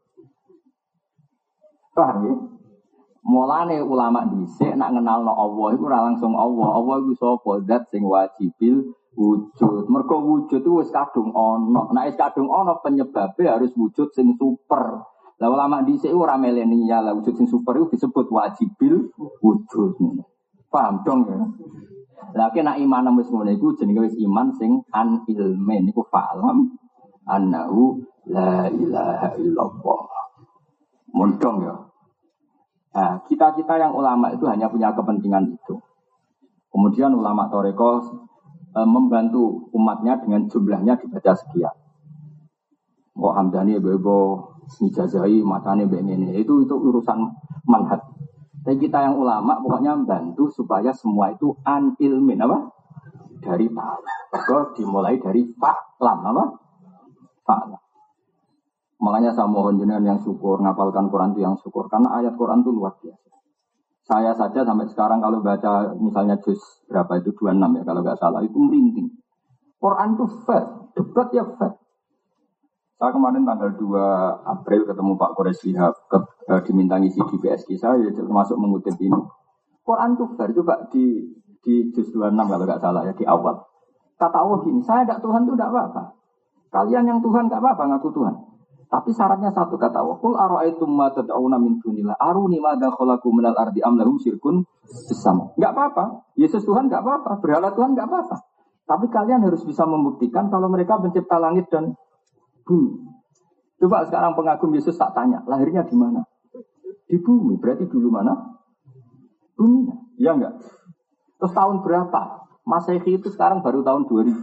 Paham ya? Mulane ulama dhisik nak ngenalno Allah iku ora langsung Allah. Allah iku sapa? Zat sing wajibil wujud. Mergo wujud itu wis kadung ana. Nek wis kadung ana penyebabe harus wujud sing super. Lah ulama dhisik ora milenial, lah wujud sing super itu disebut wajibil wujud. Paham dong ya? Lah nek iman wis ngono iku jenenge wis iman sing an ilmen iku fa'lam annahu la ilaha illallah. Mundong ya. Nah, kita yang ulama itu hanya punya kepentingan itu. Kemudian ulama Toreko membantu umatnya dengan jumlahnya dibaca sekian. Kok Hamdani bebo Nijazai matane begini itu urusan manhaj. Tapi kita yang ulama pokoknya membantu supaya semua itu an ilmin apa? Dari tahu. Maka dimulai dari fa'lam apa? Fa'lam. Makanya saya mohon jenengan yang syukur ngapalkan Quran itu yang syukur karena ayat Quran itu luar biasa. Saya saja sampai sekarang kalau baca misalnya juz berapa itu 26 ya kalau nggak salah itu merinding. Quran itu fair, debat ya fair. Saya kemarin tanggal 2 April ketemu Pak Quraisy Shihab diminta ngisi di BSK saya termasuk mengutip ini. Quran itu fair coba di juz 26 kalau nggak salah ya di awal. Kata Allah gini, saya tidak Tuhan itu tidak apa-apa. Kalian yang Tuhan nggak apa-apa ngaku Tuhan. Tapi syaratnya satu kata Allah, qul ara'aytum ma tad'una min dunillah aruni madza khalaqu minal ardi am lahum syirkun fis sama. Enggak apa-apa. Yesus Tuhan enggak apa-apa, berhala Tuhan enggak apa-apa. Tapi kalian harus bisa membuktikan kalau mereka pencipta langit dan bumi. Coba sekarang pengagum Yesus tak tanya, lahirnya di mana? Di bumi. Berarti dulu mana? Buminya. Iya enggak? Terus tahun berapa? Masehi itu sekarang baru tahun 2000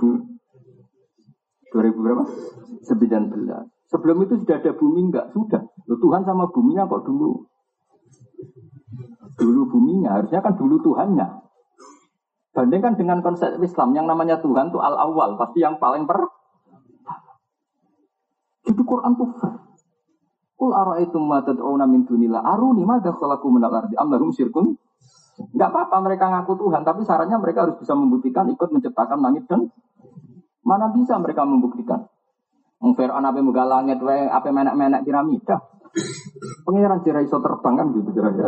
berapa? 19. Sebelum itu sudah ada bumi enggak? Sudah. Loh, Tuhan sama buminya kok dulu? Dulu buminya, harusnya kan dulu Tuhannya. Bandingkan dengan konsep Islam, yang namanya Tuhan itu al-awwal, pasti yang paling Jadi Quran itu fair. Qul ara'aytum ma tad'una min dunillah aruni madza khalaqu minal ardi am lahum syirkun. Enggak apa-apa mereka ngaku Tuhan, tapi syaratnya mereka harus bisa membuktikan ikut menciptakan langit dan mana bisa mereka membuktikan. Fir'aun ape muga langit wae ape menek-menek piramida. Pangeran jera iso terbang kan gitu kira-kira.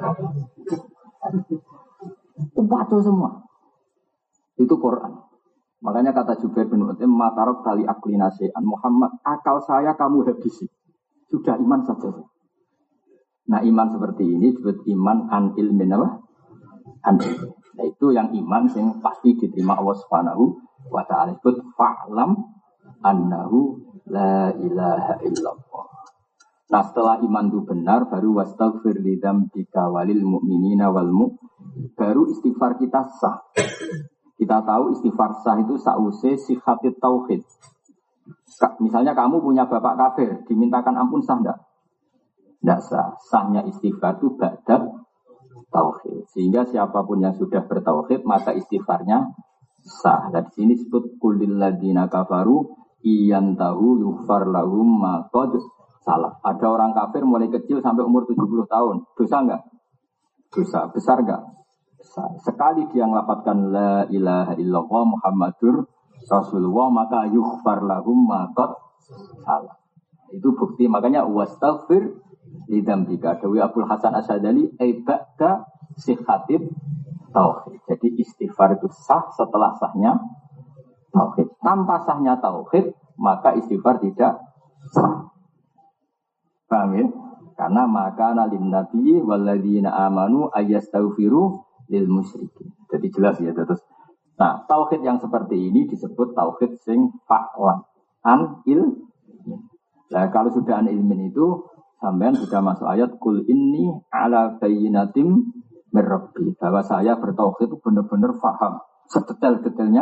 Waduh semua. Itu Quran. Makanya kata Jubair bin Mut'im matarok tali akli nasi'an Muhammad akal saya kamu habisi. Sudah iman saja. Nah iman seperti ini disebut iman an ilmin apa? An ilmin. Nah itu yang iman yang pasti diterima Allah Subhanahu wa ta'ala. Disebut fa'lam annahu la ilaha illallah. Nah setelah iman itu benar baru wastaghfir lidzambika walil mu'minina wal baru istighfar kita sah. Kita tahu istighfar sah itu sause sihatit tauhid. Misalnya kamu punya bapak kafir, dimintakan ampun sah enggak? Enggak sah. Sahnya istighfar itu ba'da tauhid. Sehingga siapapun yang sudah bertauhid maka istighfarnya sah. Dan di sini disebut kulil ladzina kafaru iyan tahu yughfar lahum ma qad salah. Ada orang kafir mulai kecil sampai umur 70 tahun. Dosa enggak? Dosa. Besar enggak? Besar. Sekali dia ngelafadzkan la ilaha illallah Muhammadur Rasulullah maka yughfar lahum ma qad salah. Itu bukti, makanya wastaghfir lidzambika. Dewi Abdul Hasan Asy'adzali ba'da sihhatid tauhid. Jadi istighfar itu sah setelah sahnya tauhid. Tanpa sahnya tauhid, maka istighfar tidak sah. Paham ya? Karena maka nalim nabi walladzina amanu ayastaghfiru lil musyrikin. Jadi jelas ya terus. Nah, tauhid yang seperti ini disebut tauhid sing fa'lan an il. Nah, kalau sudah an ilmin itu sampean sudah masuk ayat kul inni ala bayyinatim mir rabbi. Bahwa saya bertauhid itu benar-benar paham sedetail-detailnya.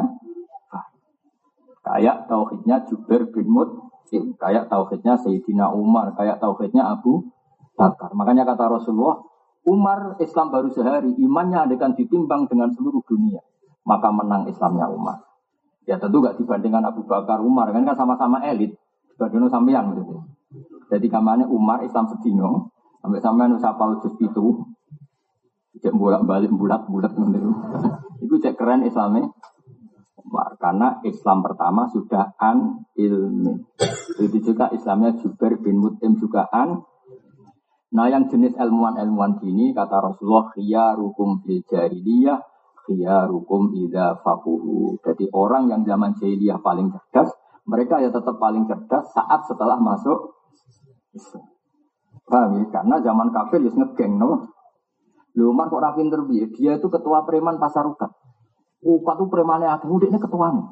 Kayak tauhidnya Jubair bin Mut'im, kayak tauhidnya Sayyidina Umar, kayak tauhidnya Abu Bakar. Makanya kata Rasulullah, Umar Islam baru sehari, imannya akan ditimbang dengan seluruh dunia. Maka menang Islamnya Umar. Ya tentu gak dibandingkan Abu Bakar, Umar. Kan sama-sama elit. Dibandingkan sampean gitu. Jadi kamarnya Umar Islam sedino. Sampai sampean usapal juz itu. Cek bolak-balik bulat-bulat gitu. Itu cek keren Islamnya Umar. Karena Islam pertama sudah an ilmi. Itu juga Islamnya Jubair bin Mut'im juga an. Nah yang jenis ilmuwan-ilmuwan gini kata Rasulullah khiyarukum fil jahiliyah khiyarukum idza faquhu. Jadi orang yang zaman jahiliyah paling cerdas, mereka ya tetap paling cerdas saat setelah masuk Islam. Paham ya? Karena zaman kafir ya ngegeng no. Umar kok ora pinter piye? Dia itu ketua preman pasar Ukat. Ukat itu premannya akeh, udiknya ketuanya.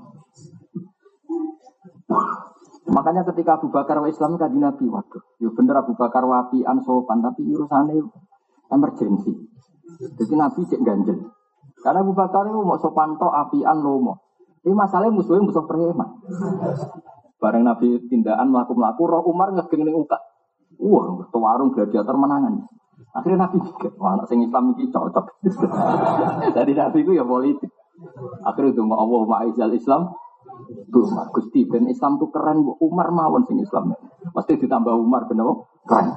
Makanya ketika Abu Bakar wa Islam kaji Nabi, waduh, ya bener Abu Bakar wapian sopan, tapi urusannya emergensi. Jadi Nabi cek ganjel. Karena Abu Bakar itu mau sopan to apian lomo. Ini masalahnya musuhnya musuh preman. Bareng Nabi tindakan melaku-melaku, roh Umar ngegeng ning Ukat. Wah, warung gladiator menangan. Akhirnya Nabi mikir, wah anak sing Islam ini cocok. Jadi Nabi itu ya politik. Akhirnya itu Allah ma'izal Islam. Umar, Gusti ben Islam tuh keren, Umar mawon sing Islam. Pasti ditambah Umar bener keren.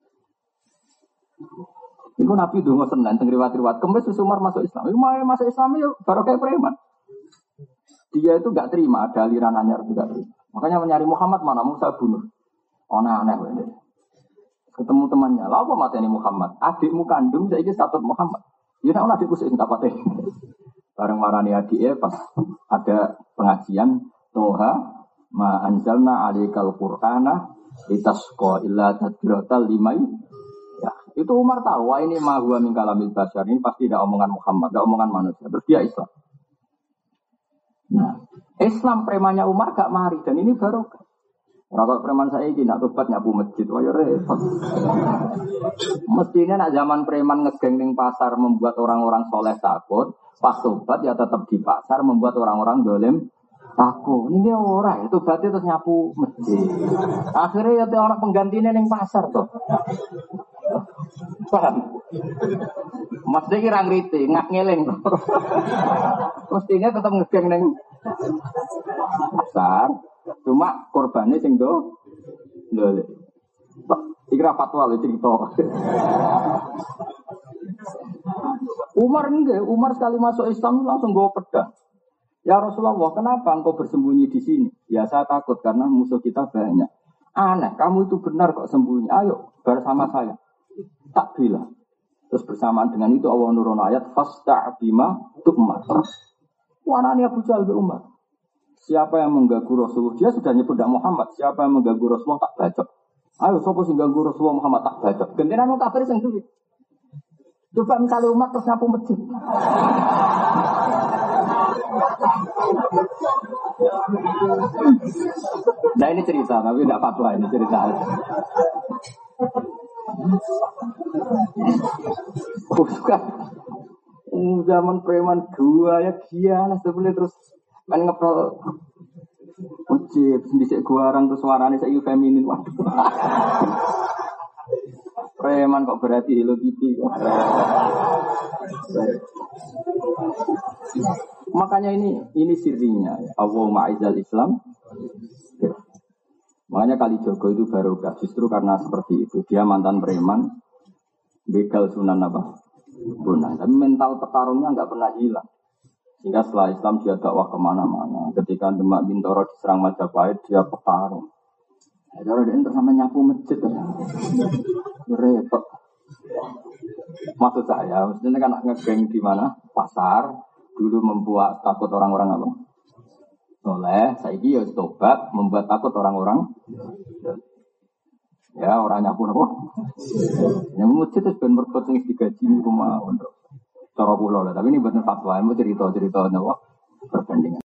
Iku Nabi donga Senin teng riwayat-riwayat kemis Umar masuk Islam. Iku masuk Islam ya baru kayak preman. Dia itu enggak terima ada aliran anyar juga terima. Makanya mencari Muhammad mana Musa bunuh. Aneh-aneh ini. Ketemu temannya, "Lah apa mateni Muhammad? Adikmu kandung saiki status Muhammad." Ya nek ana adikku sing tak pateni. Bareng marani adike pas ada pengajian Toha ma anzalna alikal qur'ana litasqa illa tadbiratal limai. Ya, itu Umar tahu wah ini ma huwa min kalamil basyar, ini pasti tidak omongan Muhammad, tidak omongan manusia. Terus dia Islam. Nah, Islam premannya Umar gak mari dan ini barokah. Ora kok preman saiki nak tobat nyapu masjid, wah ya repot. Mestinya nak zaman preman ngegeng ning pasar membuat orang-orang soleh takut. Pas tobat ya tetap di pasar membuat orang-orang dolim takut. Ini ora, itu berarti terus nyapu masjid. Akhirnya ya orang penggantinya ning pasar toh. Paham? Mesti kira ngerti, ngak ngeling. Mestinya tetap ngegeng ning pasar. Cuma korbannya sing do dolim. Ikra fatwa lho cerita. Umar enggak, Umar sekali masuk Islam langsung bawa pedang. Ya Rasulullah, kenapa engkau bersembunyi di sini? Ya saya takut karena musuh kita banyak. Aneh, kamu itu benar kok sembunyi. Ayo bersama saya. Tak bilang. Terus bersamaan dengan itu Allah nurun ayat fasta' bima tu'mar. Wanani Abu Jahal bin Umar. Siapa yang mengganggu Rasulullah? Dia sudah nyebut Muhammad. Siapa yang mengganggu Rasulullah tak bacok. Ayo sapa sing ganggu Rasulullah Muhammad tak bacok. Gentenan wong kafir sing duwe. Coba misalnya umat terus nyapu masjid. Nah ini cerita, tapi tidak fatwa, ini cerita. Bukan. Zaman preman dua ya gila sebelum terus main ngepel masjid, bisik guarang terus suaranya saya feminin, waduh. Preman kok berarti Hello Kitty kok. Makanya ini sirinya ya. Allah ma'izal Islam. Ya. Makanya Kali Jogo itu barokah justru karena seperti itu. Dia mantan preman, begal Sunan apa? Bonang. Tapi mental petarungnya enggak pernah hilang. Sehingga setelah Islam dia dakwah kemana-mana. Ketika Demak Bintoro diserang Majapahit dia petarung. Kalau dia terus sampai nyapu masjid, repot. Maksud saya, maksudnya kan ngegeng di mana? Pasar, dulu membuat takut orang-orang apa? Soleh, saiki ya tobat, membuat takut orang-orang. Ya, orang nyapu apa? Yang masjid itu ben merpot sing digaji niku mawon. Cara kula lah, tapi ini buatan fatwa, mau cerita-cerita napa?